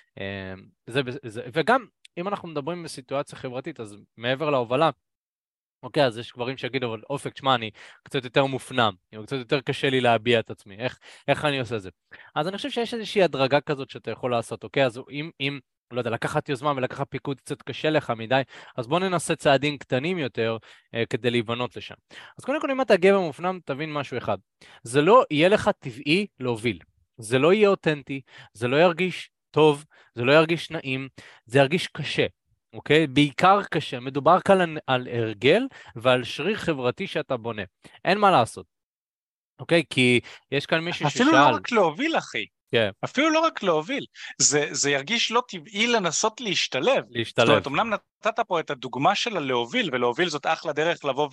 [SPEAKER 1] זה, זה, וגם, אם אנחנו מדברים בסיטואציה חברתית, אז מעבר להובלה, אוקיי, אז יש גברים שיגידו, אבל אופק, תשמע, אני קצת יותר מופנם, קצת יותר קשה לי להביע את עצמי, איך, איך אני עושה זה? אז אני חושב שיש איזושהי הדרגה כזאת שאתה יכול לעשות, אוקיי? אז אם, אם לא יודע, לקחת יוזמה ולקחת פיקוד קצת קשה לך מדי, אז בוא ננסה צעדים קטנים יותר אה, כדי להיבנות לשם. אז קודם כל, אם אתה גבר מופנם, תבין משהו אחד. זה לא יהיה לך טבעי להוביל. זה לא יהיה אותנטי, זה לא ירגיש טוב, זה לא ירגיש נעים, זה ירגיש קשה. אוקיי? בעיקר קשה. מדובר כאן על, על הרגל ועל שריר חברתי שאתה בונה. אין מה לעשות. אוקיי? כי יש כאן מישהו ששאל...
[SPEAKER 2] אפילו לא רק להוביל, אחי.
[SPEAKER 1] כן.
[SPEAKER 2] אפילו לא רק להוביל. זה, זה ירגיש לא טבעי לנסות להשתלב.
[SPEAKER 1] להשתלב.
[SPEAKER 2] זאת אומרת, אמנם נתת פה את הדוגמה של הלהוביל, ולהוביל זאת אחלה דרך לבוא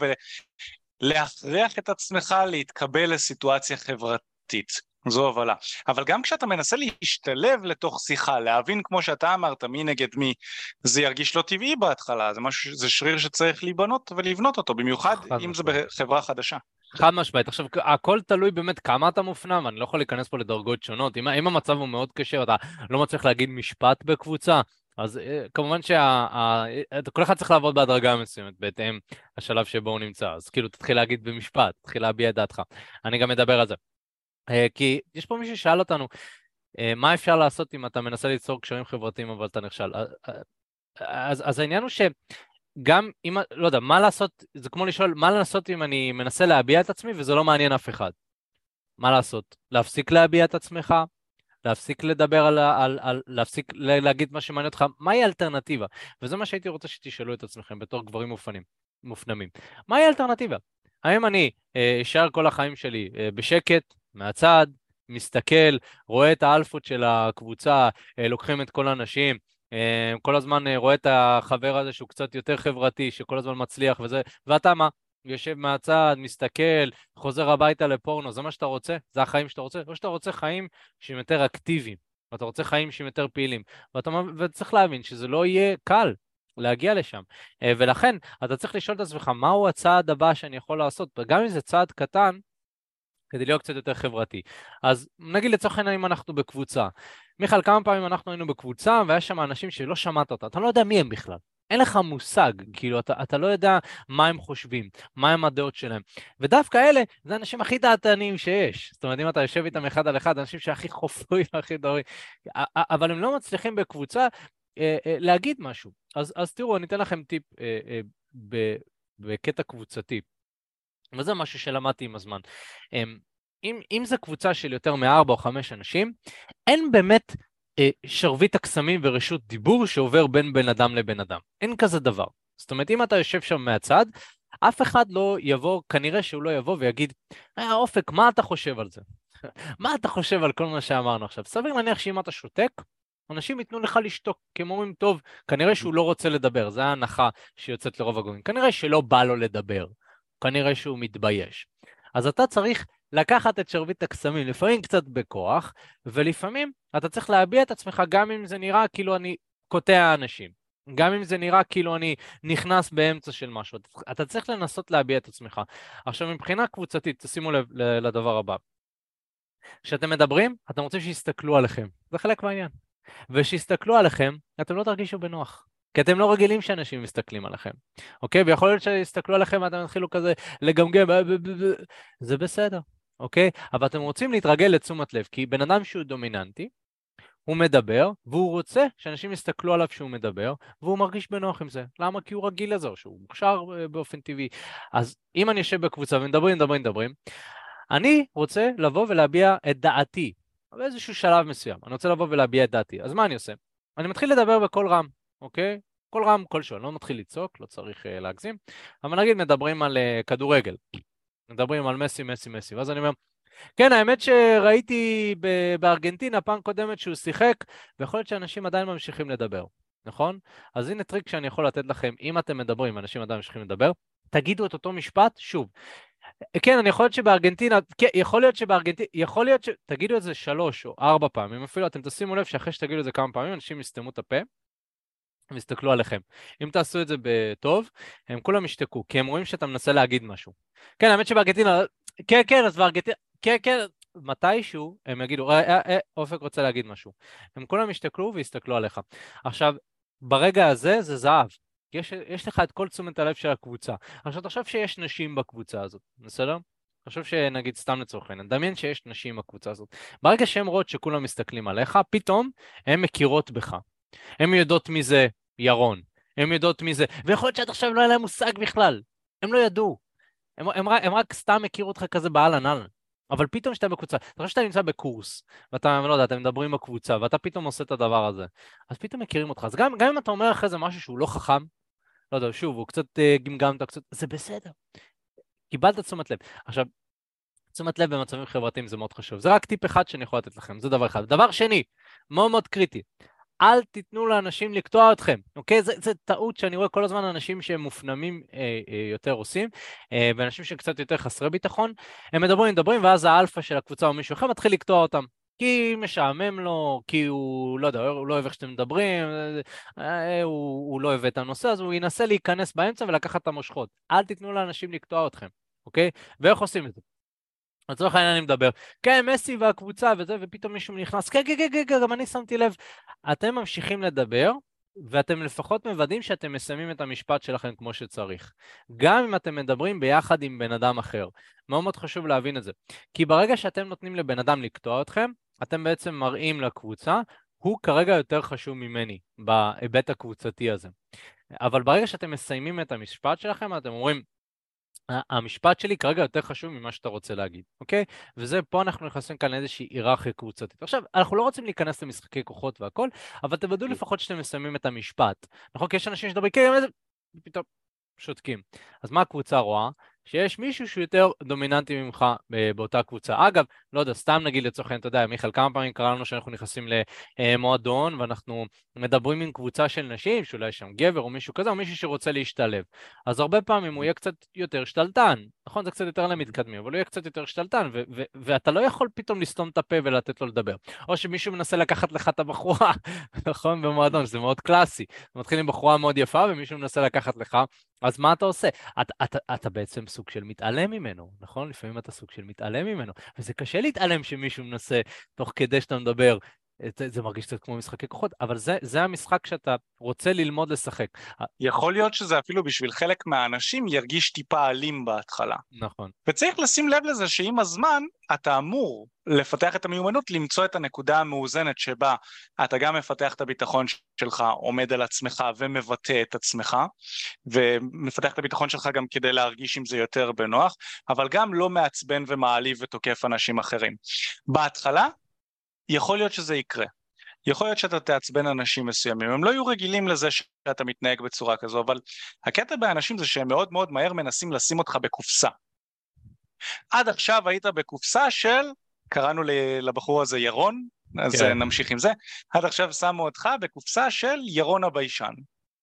[SPEAKER 2] ולהכריח את עצמך להתקבל לסיטואציה חברתית. זו הובלה. אבל גם כשאתה מנסה להשתלב לתוך שיחה, להבין כמו שאתה אמרת, מי נגד מי, זה ירגיש לא טבעי בהתחלה, זה משהו, זה שריר שצריך להיבנות ולבנות אותו, במיוחד אם זה בחברה חדשה.
[SPEAKER 1] חד משמעית. עכשיו, הכל תלוי באמת כמה אתה מופנם, אני לא יכול להיכנס פה לדרגות שונות. אם, אם המצב הוא מאוד קשה, ואתה לא מצליח להגיד משפט בקבוצה, אז כמובן שכל אחד צריך לעבוד בהדרגה מסוימת, בהתאם השלב שבו הוא נמצא. אז כאילו, תתחיל להגיד במשפט, תתחיל להביע את דעתך. אני גם מדבר על זה. כי יש פה מישהו ששאל אותנו, מה אפשר לעשות אם אתה מנסה ליצור קשרים חברתיים אבל אתה נכשל? אז, אז העניין הוא שגם אם, לא יודע, מה לעשות, זה כמו לשאול, מה לעשות אם אני מנסה להביע את עצמי וזה לא מעניין אף אחד? מה לעשות? להפסיק להביע את עצמך? להפסיק לדבר על, על, על להפסיק להגיד מה שמעניין אותך? מהי האלטרנטיבה? וזה מה שהייתי רוצה שתשאלו את עצמכם בתור גברים מופנים, מופנמים. מהי האלטרנטיבה? האם אני אה, אשאר כל החיים שלי אה, בשקט, מהצד, מסתכל, רואה את האלפות של הקבוצה, אה, לוקחים את כל האנשים, אה, כל הזמן אה, רואה את החבר הזה שהוא קצת יותר חברתי, שכל הזמן מצליח וזה, ואתה מה? יושב מהצד, מסתכל, חוזר הביתה לפורנו, זה מה שאתה רוצה? זה החיים שאתה רוצה? או שאתה רוצה חיים שהם יותר אקטיביים, ואתה רוצה חיים שהם יותר פעילים, ואתה, וצריך להבין שזה לא יהיה קל להגיע לשם. אה, ולכן אתה צריך לשאול את עצמך, מהו הצעד הבא שאני יכול לעשות, וגם אם זה צעד קטן, כדי להיות קצת יותר חברתי. אז נגיד לצורך העניין אם אנחנו בקבוצה. מיכל, כמה פעמים אנחנו היינו בקבוצה, ויש שם אנשים שלא שמעת אותה, אתה לא יודע מי הם בכלל. אין לך מושג, כאילו, אתה, אתה לא יודע מה הם חושבים, מה הם הדעות שלהם. ודווקא אלה, זה האנשים הכי דעתניים שיש. זאת אומרת, אם אתה יושב איתם אחד על אחד, אנשים שהכי חופרים, הכי דורים, אבל הם לא מצליחים בקבוצה אה, אה, להגיד משהו. אז, אז תראו, אני אתן לכם טיפ אה, אה, ב, בקטע קבוצתי. וזה משהו שלמדתי עם הזמן. אם, אם זה קבוצה של יותר מארבע או חמש אנשים, אין באמת אה, שרביט הקסמים ורשות דיבור שעובר בין בן אדם לבן אדם. אין כזה דבר. זאת אומרת, אם אתה יושב שם מהצד, אף אחד לא יבוא, כנראה שהוא לא יבוא ויגיד, אה, אופק, מה אתה חושב על זה? מה אתה חושב על כל מה שאמרנו עכשיו? סביר להניח שאם אתה שותק, אנשים ייתנו לך לשתוק, כי הם אומרים, טוב, כנראה שהוא לא רוצה לדבר, זו ההנחה שיוצאת לרוב הגורמים. כנראה שלא בא לו לדבר. כנראה שהוא מתבייש. אז אתה צריך לקחת את שרביט הקסמים, לפעמים קצת בכוח, ולפעמים אתה צריך להביע את עצמך גם אם זה נראה כאילו אני קוטע אנשים, גם אם זה נראה כאילו אני נכנס באמצע של משהו, אתה צריך לנסות להביע את עצמך. עכשיו מבחינה קבוצתית, תשימו לב לדבר הבא. כשאתם מדברים, אתם רוצים שיסתכלו עליכם, זה חלק מהעניין. ושיסתכלו עליכם, אתם לא תרגישו בנוח. כי אתם לא רגילים שאנשים מסתכלים עליכם, אוקיי? ויכול להיות שיסתכלו עליכם ואתם מתחילו כזה לגמגם, זה בסדר, אוקיי? אבל אתם רוצים להתרגל לתשומת לב, כי בן אדם שהוא דומיננטי, הוא מדבר, והוא רוצה שאנשים יסתכלו עליו שהוא מדבר, והוא מרגיש בנוח עם זה. למה? כי הוא רגיל לזה, או שהוא מוכשר באופן טבעי. אז אם אני יושב בקבוצה ומדברים, מדברים, מדברים, אני רוצה לבוא ולהביע את דעתי, באיזשהו שלב מסוים. אני רוצה לבוא ולהביע את דעתי. אז מה אני עושה? אני מתחיל לדבר בקול רם, אוקיי? קול רם, קול שואל. לא מתחיל לצעוק, לא צריך uh, להגזים. אבל נגיד מדברים על uh, כדורגל. מדברים על מסי, מסי, מסי. ואז אני אומר, כן, האמת שראיתי בארגנטינה פעם קודמת שהוא שיחק, ויכול להיות שאנשים עדיין ממשיכים לדבר, נכון? אז הנה טריק שאני יכול לתת לכם, אם אתם מדברים, אנשים עדיין ממשיכים לדבר, תגידו את אותו משפט שוב. כן, אני יכול להיות שבארגנטינה, כן, יכול להיות שבארגנטינה, יכול להיות ש... תגידו את זה שלוש או ארבע פעמים, אפילו אתם תשימו לב שאחרי שתגידו את זה כמה פעמים, אנשים יסתמו את הפה, הם יסתכלו עליכם. אם תעשו את זה בטוב, הם כולם ישתקו, כי הם רואים שאתה מנסה להגיד משהו. כן, האמת שבארגנטינה, כן, כן, אז בארגנטינה, כן, כן, מתישהו הם יגידו, אה, אה, אה, אופק רוצה להגיד משהו. הם כולם ישתכלו ויסתכלו עליך. עכשיו, ברגע הזה זה זהב. יש, יש לך את כל תשומת הלב של הקבוצה. עכשיו, תחשוב שיש נשים בקבוצה הזאת, בסדר? תחשוב שנגיד סתם לצורך העניין, דמיין שיש נשים בקבוצה הזאת. ברגע שהן רואות שכולם מסתכלים עליך, פתאום הן מכירות בך. הן יודעות מי זה ירון, הן יודעות מי זה, ויכול להיות שעד עכשיו לא היה להם מושג בכלל. הם לא ידעו. הם, הם, הם רק סתם הכירו אותך כזה באלן אלן. אבל פתאום שאתה בקבוצה, אתה חושב שאתה נמצא בקורס, ואתה, לא יודע, אתם מדברים בקבוצה, ואתה פתאום עושה את הדבר הזה, אז פתאום מכירים אותך. אז גם, גם אם אתה אומר אחרי זה משהו שהוא לא חכם, לא יודע, שוב, הוא קצת uh, גמגמת, קצת, זה בסדר. קיבלת תשומת לב. עכשיו, תשומת לב במצבים חברתיים זה מאוד חשוב. זה רק טיפ אחד שאני יכול לתת לכם, זה דבר אחד. דבר שני, מאוד מאוד קריטי, אל תיתנו לאנשים לקטוע אתכם, אוקיי? זה, זה טעות שאני רואה כל הזמן אנשים שהם מופנמים אה, אה, יותר עושים, אה, ואנשים שקצת יותר חסרי ביטחון, הם מדברים, מדברים, ואז האלפא של הקבוצה או מישהו אחר מתחיל לקטוע אותם. כי משעמם לו, כי הוא, לא יודע, הוא לא אוהב איך שאתם מדברים, אה, הוא, הוא לא אוהב את הנושא, אז הוא ינסה להיכנס באמצע ולקחת את המושכות. אל תיתנו לאנשים לקטוע אתכם, אוקיי? ואיך עושים את זה? לצורך העניין אני מדבר, כן, מסי והקבוצה וזה, ופתאום מישהו נכנס, כן, כן, כן, כן, גם אני שמתי לב. אתם ממשיכים לדבר, ואתם לפחות מוודאים שאתם מסיימים את המשפט שלכם כמו שצריך. גם אם אתם מדברים ביחד עם בן אדם אחר. מאוד מאוד חשוב להבין את זה. כי ברגע שאתם נותנים לבן אדם לקטוע אתכם, אתם בעצם מראים לקבוצה, הוא כרגע יותר חשוב ממני, בהיבט הקבוצתי הזה. אבל ברגע שאתם מסיימים את המשפט שלכם, אתם אומרים, המשפט שלי כרגע יותר חשוב ממה שאתה רוצה להגיד, אוקיי? וזה, פה אנחנו נכנסים כאן לאיזושהי היררכיה קבוצתית. עכשיו, אנחנו לא רוצים להיכנס למשחקי כוחות והכל, אבל תוודאו לפחות שאתם מסיימים את המשפט. נכון? כי יש אנשים שדברים, כן, איזה... פתאום שותקים. אז מה הקבוצה רואה? שיש מישהו שהוא יותר דומיננטי ממך באותה קבוצה. אגב, לא יודע, סתם נגיד לצורך העניין, אתה יודע, מיכאל, כמה פעמים קרה לנו שאנחנו נכנסים למועדון, ואנחנו מדברים עם קבוצה של נשים, שאולי יש שם גבר או מישהו כזה, או מישהו שרוצה להשתלב. אז הרבה פעמים הוא יהיה קצת יותר שתלטן, נכון? זה קצת יותר למתקדמים, אבל הוא יהיה קצת יותר שתלטן, ו- ו- ואתה לא יכול פתאום לסתום את הפה ולתת לו לדבר. או שמישהו מנסה לקחת לך את הבחורה, נכון? במועדון, שזה מאוד קלאסי. מתחיל עם בחורה מאוד יפה, ומישהו מנסה לקחת לך, אז מה אתה עושה? אתה, אתה, אתה בעצם סוג של מתעלם ממנו, נכון? לפעמים אתה סוג של מתעלם ממנו, וזה קשה להתעלם שמישהו מנסה תוך כדי שאתה מדבר. זה, זה מרגיש קצת כמו משחקי כוחות, אבל זה, זה המשחק שאתה רוצה ללמוד לשחק.
[SPEAKER 2] יכול להיות שזה אפילו בשביל חלק מהאנשים ירגיש טיפה אלים בהתחלה.
[SPEAKER 1] נכון.
[SPEAKER 2] וצריך לשים לב לזה שעם הזמן אתה אמור לפתח את המיומנות, למצוא את הנקודה המאוזנת שבה אתה גם מפתח את הביטחון שלך, עומד על עצמך ומבטא את עצמך, ומפתח את הביטחון שלך גם כדי להרגיש עם זה יותר בנוח, אבל גם לא מעצבן ומעליב ותוקף אנשים אחרים. בהתחלה יכול להיות שזה יקרה. יכול להיות שאתה תעצבן אנשים מסוימים, הם לא יהיו רגילים לזה שאתה מתנהג בצורה כזו, אבל הקטע באנשים זה שהם מאוד מאוד מהר מנסים לשים אותך בקופסה. עד עכשיו היית בקופסה של, קראנו לבחור הזה ירון, אז כן. נמשיך עם זה, עד עכשיו שמו אותך בקופסה של ירון הביישן.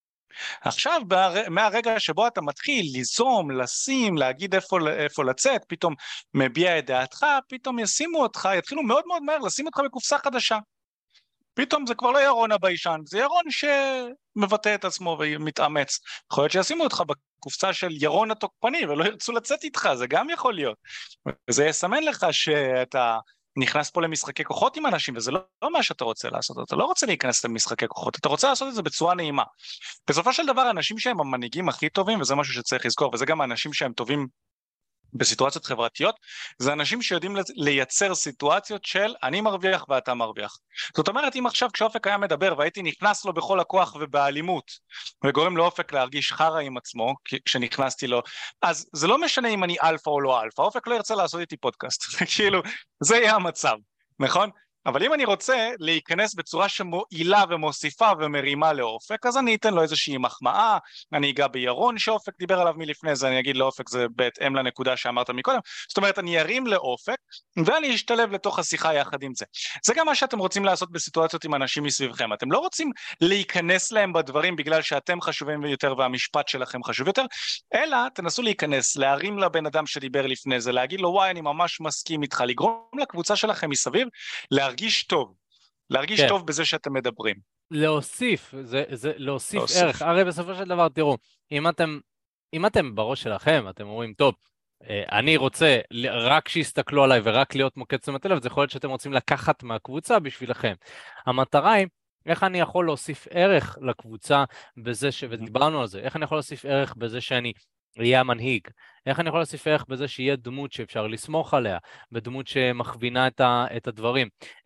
[SPEAKER 2] עכשיו, מהרגע שבו אתה מתחיל ליזום, לשים, להגיד איפה, איפה לצאת, פתאום מביע את דעתך, פתאום ישימו אותך, יתחילו מאוד מאוד מהר לשים אותך בקופסה חדשה. פתאום זה כבר לא ירון הביישן, זה ירון שמבטא את עצמו ומתאמץ. יכול להיות שישימו אותך בקופסה של ירון התוקפני ולא ירצו לצאת איתך, זה גם יכול להיות. וזה יסמן לך שאתה נכנס פה למשחקי כוחות עם אנשים, וזה לא, לא מה שאתה רוצה לעשות, אתה לא רוצה להיכנס למשחקי כוחות, אתה רוצה לעשות את זה בצורה נעימה. בסופו של דבר, אנשים שהם המנהיגים הכי טובים, וזה משהו שצריך לזכור, וזה גם האנשים שהם טובים בסיטואציות חברתיות, זה אנשים שיודעים לייצר סיטואציות של אני מרוויח ואתה מרוויח. זאת אומרת, אם עכשיו כשאופק היה מדבר והייתי נכנס לו בכל הכוח ובאלימות, וגורם לאופק להרגיש חרה עם עצמו, כשנכנסתי לו, אז זה לא משנה אם אני אלפא או לא אלפא, אופק לא ירצה לעשות איתי פודקאסט, כאילו, זה יהיה המצב, נכון? אבל אם אני רוצה להיכנס בצורה שמועילה ומוסיפה ומרימה לאופק, אז אני אתן לו איזושהי מחמאה, אני אגע בירון שאופק דיבר עליו מלפני זה, אני אגיד לאופק זה בהתאם לנקודה שאמרת מקודם, זאת אומרת אני ארים לאופק ואני אשתלב לתוך השיחה יחד עם זה. זה גם מה שאתם רוצים לעשות בסיטואציות עם אנשים מסביבכם, אתם לא רוצים להיכנס להם בדברים בגלל שאתם חשובים יותר והמשפט שלכם חשוב יותר, אלא תנסו להיכנס, להרים לבן אדם שדיבר לפני זה, להגיד לו וואי אני ממש מסכים איתך, לגרום לקבוצה שלכם מסביב, להרגיש טוב, להרגיש כן. טוב בזה שאתם מדברים.
[SPEAKER 1] להוסיף, זה, זה להוסיף, להוסיף ערך. הרי בסופו של דבר, תראו, אם אתם, אם אתם בראש שלכם, אתם אומרים, טוב, אני רוצה רק שיסתכלו עליי ורק להיות מוקד תשומת לב, זה יכול להיות שאתם רוצים לקחת מהקבוצה בשבילכם. המטרה היא, איך אני יכול להוסיף ערך לקבוצה בזה ש... ודיברנו על זה, איך אני יכול להוסיף ערך בזה שאני יהיה המנהיג, איך אני יכול להוסיף ערך בזה שיהיה דמות שאפשר לסמוך עליה, בדמות שמכווינה את, ה... את הדברים.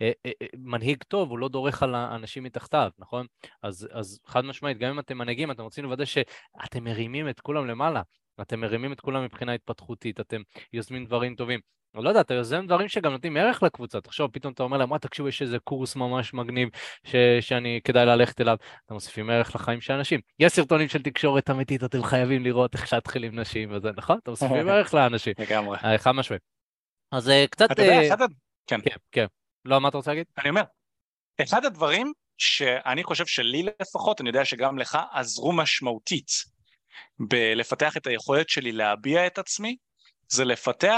[SPEAKER 1] מנהיג טוב, הוא לא דורך על האנשים מתחתיו, נכון? אז, אז חד משמעית, גם אם אתם מנהיגים, אתם רוצים לוודא שאתם מרימים את כולם למעלה, אתם מרימים את כולם מבחינה התפתחותית, אתם יוזמים דברים טובים. לא יודע, אתה יוזם דברים שגם נותנים ערך לקבוצה, תחשוב, פתאום אתה אומר להם, מה, תקשיבו, יש איזה קורס ממש מגניב ש... שאני כדאי ללכת אליו, אתם מוסיפים ערך לחיים של אנשים. יש סרטונים של תקשורת אמיתית, אתם חייבים לראות איך להתחיל עם נשים וזה, נכון? אתם מוסיפים ערך לאנשים.
[SPEAKER 2] לגמרי.
[SPEAKER 1] אחד משהו. אז קצת...
[SPEAKER 2] אתה יודע, אחד... כן.
[SPEAKER 1] כן, כן. לא, מה אתה רוצה להגיד?
[SPEAKER 2] אני אומר, אחד הדברים שאני חושב שלי לפחות, אני יודע שגם לך, עזרו משמעותית בלפתח את היכולת שלי להביע את עצמי, זה לפתח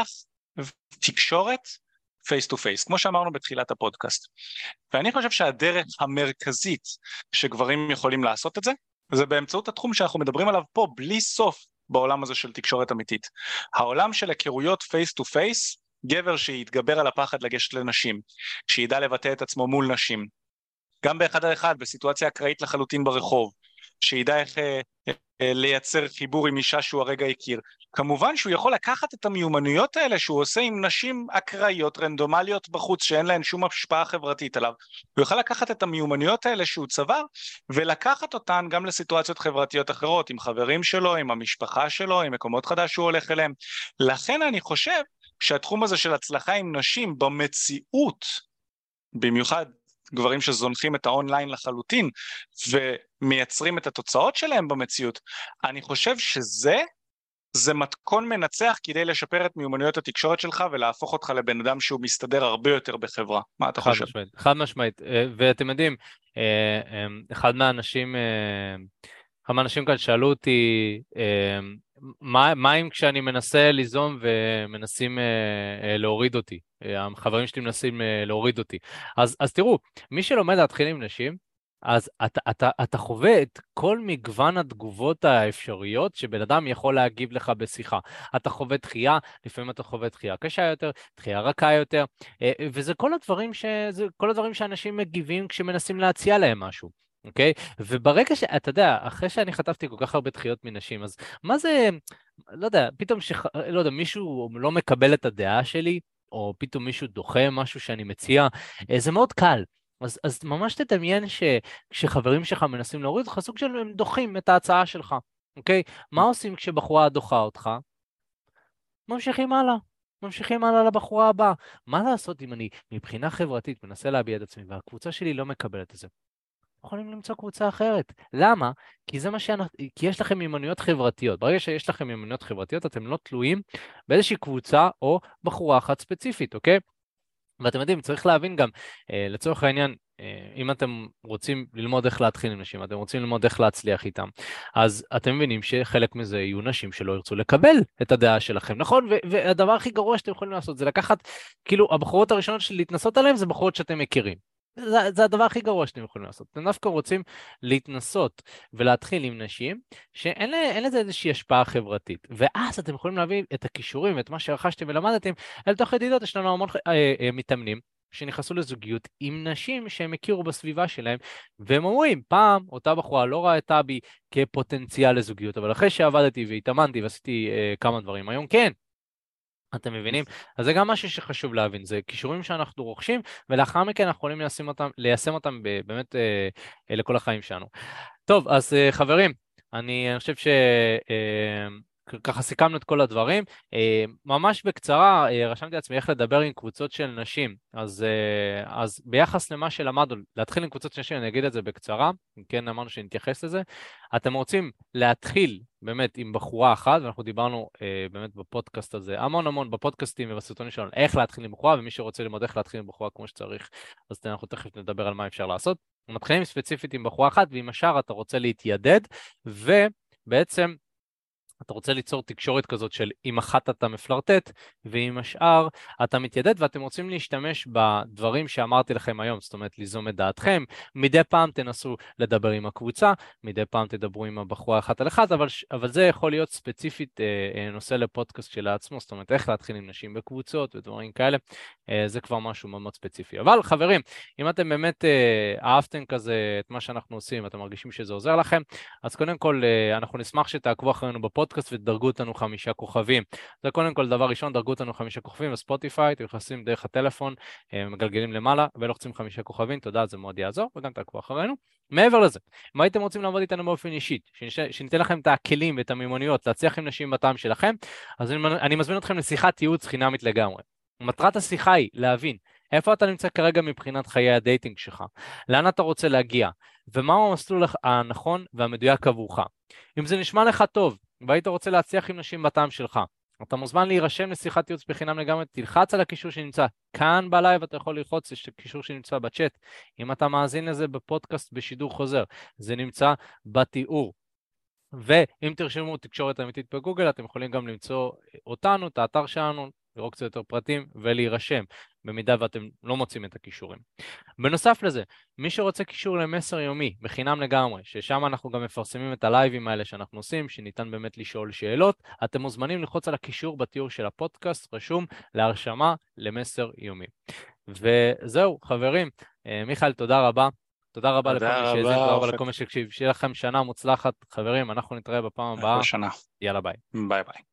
[SPEAKER 2] תקשורת פייס טו פייס, כמו שאמרנו בתחילת הפודקאסט. ואני חושב שהדרך המרכזית שגברים יכולים לעשות את זה, זה באמצעות התחום שאנחנו מדברים עליו פה, בלי סוף בעולם הזה של תקשורת אמיתית. העולם של היכרויות פייס טו פייס, גבר שיתגבר על הפחד לגשת לנשים, שידע לבטא את עצמו מול נשים, גם באחד על אחד, בסיטואציה אקראית לחלוטין ברחוב, שידע איך אה, אה, לייצר חיבור עם אישה שהוא הרגע הכיר. כמובן שהוא יכול לקחת את המיומנויות האלה שהוא עושה עם נשים אקראיות, רנדומליות בחוץ, שאין להן שום השפעה חברתית עליו. הוא יכול לקחת את המיומנויות האלה שהוא צבר, ולקחת אותן גם לסיטואציות חברתיות אחרות, עם חברים שלו, עם המשפחה שלו, עם מקומות חדש שהוא הולך אליהם. לכן אני חושב שהתחום הזה של הצלחה עם נשים במציאות, במיוחד גברים שזונחים את האונליין לחלוטין, ומייצרים את התוצאות שלהם במציאות, אני חושב שזה, זה מתכון מנצח כדי לשפר את מיומנויות התקשורת שלך ולהפוך אותך לבן אדם שהוא מסתדר הרבה יותר בחברה. מה אתה
[SPEAKER 1] חד
[SPEAKER 2] חושב?
[SPEAKER 1] משמעית, חד משמעית, אה, ואתם יודעים, אה, אה, אחד מהאנשים, אה, אחד מהאנשים כאן שאלו אותי, אה, מה, מה אם כשאני מנסה ליזום ומנסים אה, אה, להוריד אותי, אה, החברים שלי מנסים אה, להוריד אותי, אז, אז תראו, מי שלומד להתחיל עם נשים, אז אתה, אתה, אתה חווה את כל מגוון התגובות האפשריות שבן אדם יכול להגיב לך בשיחה. אתה חווה דחייה, לפעמים אתה חווה דחייה קשה יותר, דחייה רכה יותר, אה, וזה כל הדברים, ש... זה כל הדברים שאנשים מגיבים כשמנסים להציע להם משהו, אוקיי? וברגע שאתה יודע, אחרי שאני חטפתי כל כך הרבה דחיות מנשים, אז מה זה, לא יודע, פתאום ש... לא יודע, מישהו לא מקבל את הדעה שלי, או פתאום מישהו דוחה משהו שאני מציע, אה, זה מאוד קל. אז, אז ממש תדמיין שכשחברים שלך מנסים להוריד אותך, סוג של הם דוחים את ההצעה שלך, אוקיי? מה עושים כשבחורה דוחה אותך? ממשיכים הלאה, ממשיכים הלאה לבחורה הבאה. מה לעשות אם אני מבחינה חברתית מנסה להביע את עצמי והקבוצה שלי לא מקבלת את זה? יכולים למצוא קבוצה אחרת. למה? כי זה מה שאנחנו, כי יש לכם מיומנויות חברתיות. ברגע שיש לכם מיומנויות חברתיות, אתם לא תלויים באיזושהי קבוצה או בחורה אחת ספציפית, אוקיי? ואתם יודעים, צריך להבין גם, אה, לצורך העניין, אה, אם אתם רוצים ללמוד איך להתחיל עם נשים, אתם רוצים ללמוד איך להצליח איתם, אז אתם מבינים שחלק מזה יהיו נשים שלא ירצו לקבל את הדעה שלכם, נכון? ו- והדבר הכי גרוע שאתם יכולים לעשות זה לקחת, כאילו, הבחורות הראשונות של להתנסות עליהן זה בחורות שאתם מכירים. זה, זה הדבר הכי גרוע שאתם יכולים לעשות. אתם דווקא רוצים להתנסות ולהתחיל עם נשים שאין לה, אין לזה איזושהי השפעה חברתית. ואז אתם יכולים להביא את הכישורים, את מה שרכשתם ולמדתם, אל תוך ידידות. יש לנו המון אה, אה, מתאמנים שנכנסו לזוגיות עם נשים שהם הכירו בסביבה שלהם, והם אומרים, פעם אותה בחורה לא ראתה בי כפוטנציאל לזוגיות, אבל אחרי שעבדתי והתאמנתי ועשיתי אה, כמה דברים, היום כן. אתם מבינים? אז זה גם משהו שחשוב להבין, זה כישורים שאנחנו רוכשים, ולאחר מכן אנחנו יכולים ליישם אותם, ליישם אותם באמת אה, אה, לכל החיים שלנו. טוב, אז אה, חברים, אני, אני חושב ש... אה, ככה סיכמנו את כל הדברים. אה, ממש בקצרה, אה, רשמתי לעצמי איך לדבר עם קבוצות של נשים. אז, אה, אז ביחס למה שלמדנו, להתחיל עם קבוצות של נשים, אני אגיד את זה בקצרה, כן אמרנו שנתייחס לזה. אתם רוצים להתחיל באמת עם בחורה אחת, ואנחנו דיברנו אה, באמת בפודקאסט הזה, המון המון בפודקאסטים ובסרטונים שלנו, איך להתחיל עם בחורה, ומי שרוצה ללמוד איך להתחיל עם בחורה כמו שצריך, אז אנחנו תכף נדבר על מה אפשר לעשות. מתחילים ספציפית עם בחורה אחת, ועם השאר אתה רוצה להתיידד, ובעצם אתה רוצה ליצור תקשורת כזאת של עם אחת אתה מפלרטט, ועם השאר אתה מתיידד, ואתם רוצים להשתמש בדברים שאמרתי לכם היום, זאת אומרת, ליזום את דעתכם, מדי פעם תנסו לדבר עם הקבוצה, מדי פעם תדברו עם הבחורה אחת על אחד, אבל, אבל זה יכול להיות ספציפית אה, נושא לפודקאסט של עצמו, זאת אומרת, איך להתחיל עם נשים בקבוצות ודברים כאלה, אה, זה כבר משהו מאוד מאוד ספציפי. אבל חברים, אם אתם באמת אה, אהבתם כזה את מה שאנחנו עושים, אתם מרגישים שזה עוזר לכם, אז קודם כל אה, אנחנו נשמח שתעקבו אחרינו בפודקאסט, פודקאסט ודרגו אותנו חמישה כוכבים. זה קודם כל דבר ראשון, דרגו אותנו חמישה כוכבים בספוטיפיי, אתם נכנסים דרך הטלפון, מגלגלים למעלה ולוחצים חמישה כוכבים, תודה, זה מאוד יעזור, וגם תעקבו אחרינו. מעבר לזה, אם הייתם רוצים לעבוד איתנו באופן אישית, שניתן לכם את הכלים ואת המיומנויות להצליח עם נשים בטעם שלכם, אז אני מזמין אתכם לשיחת ייעוץ חינמית לגמרי. מטרת השיחה היא להבין איפה אתה נמצא כרגע מבחינת חיי הדייטינג שלך, לאן אתה רוצה להגיע, ומהו המסלול הנכון והמדויק עבורך. אם זה נשמע לך טוב, והיית רוצה להצליח עם נשים בטעם שלך, אתה מוזמן להירשם לשיחת ייעוץ בחינם לגמרי, תלחץ על הקישור שנמצא כאן בלייב, אתה יכול ללחוץ, יש קישור שנמצא בצ'אט, אם אתה מאזין לזה בפודקאסט בשידור חוזר, זה נמצא בתיאור. ואם תרשמו תקשורת אמיתית בגוגל, אתם יכולים גם למצוא אותנו, את האתר שלנו, לראות קצת יותר פרטים ולהירשם, במידה ואתם לא מוצאים את הכישורים. בנוסף לזה, מי שרוצה קישור למסר יומי, בחינם לגמרי, ששם אנחנו גם מפרסמים את הלייבים האלה שאנחנו עושים, שניתן באמת לשאול שאלות, אתם מוזמנים ללחוץ על הקישור בתיאור של הפודקאסט, רשום להרשמה למסר יומי. וזהו, חברים, מיכאל, תודה רבה. תודה רבה לכל מי שהאזין, תודה רבה לכל מי שהקשיב. שיהיה לכם שנה מוצלחת, חברים, אנחנו נתראה בפעם הבאה. יאללה, ביי.
[SPEAKER 2] ביי ביי.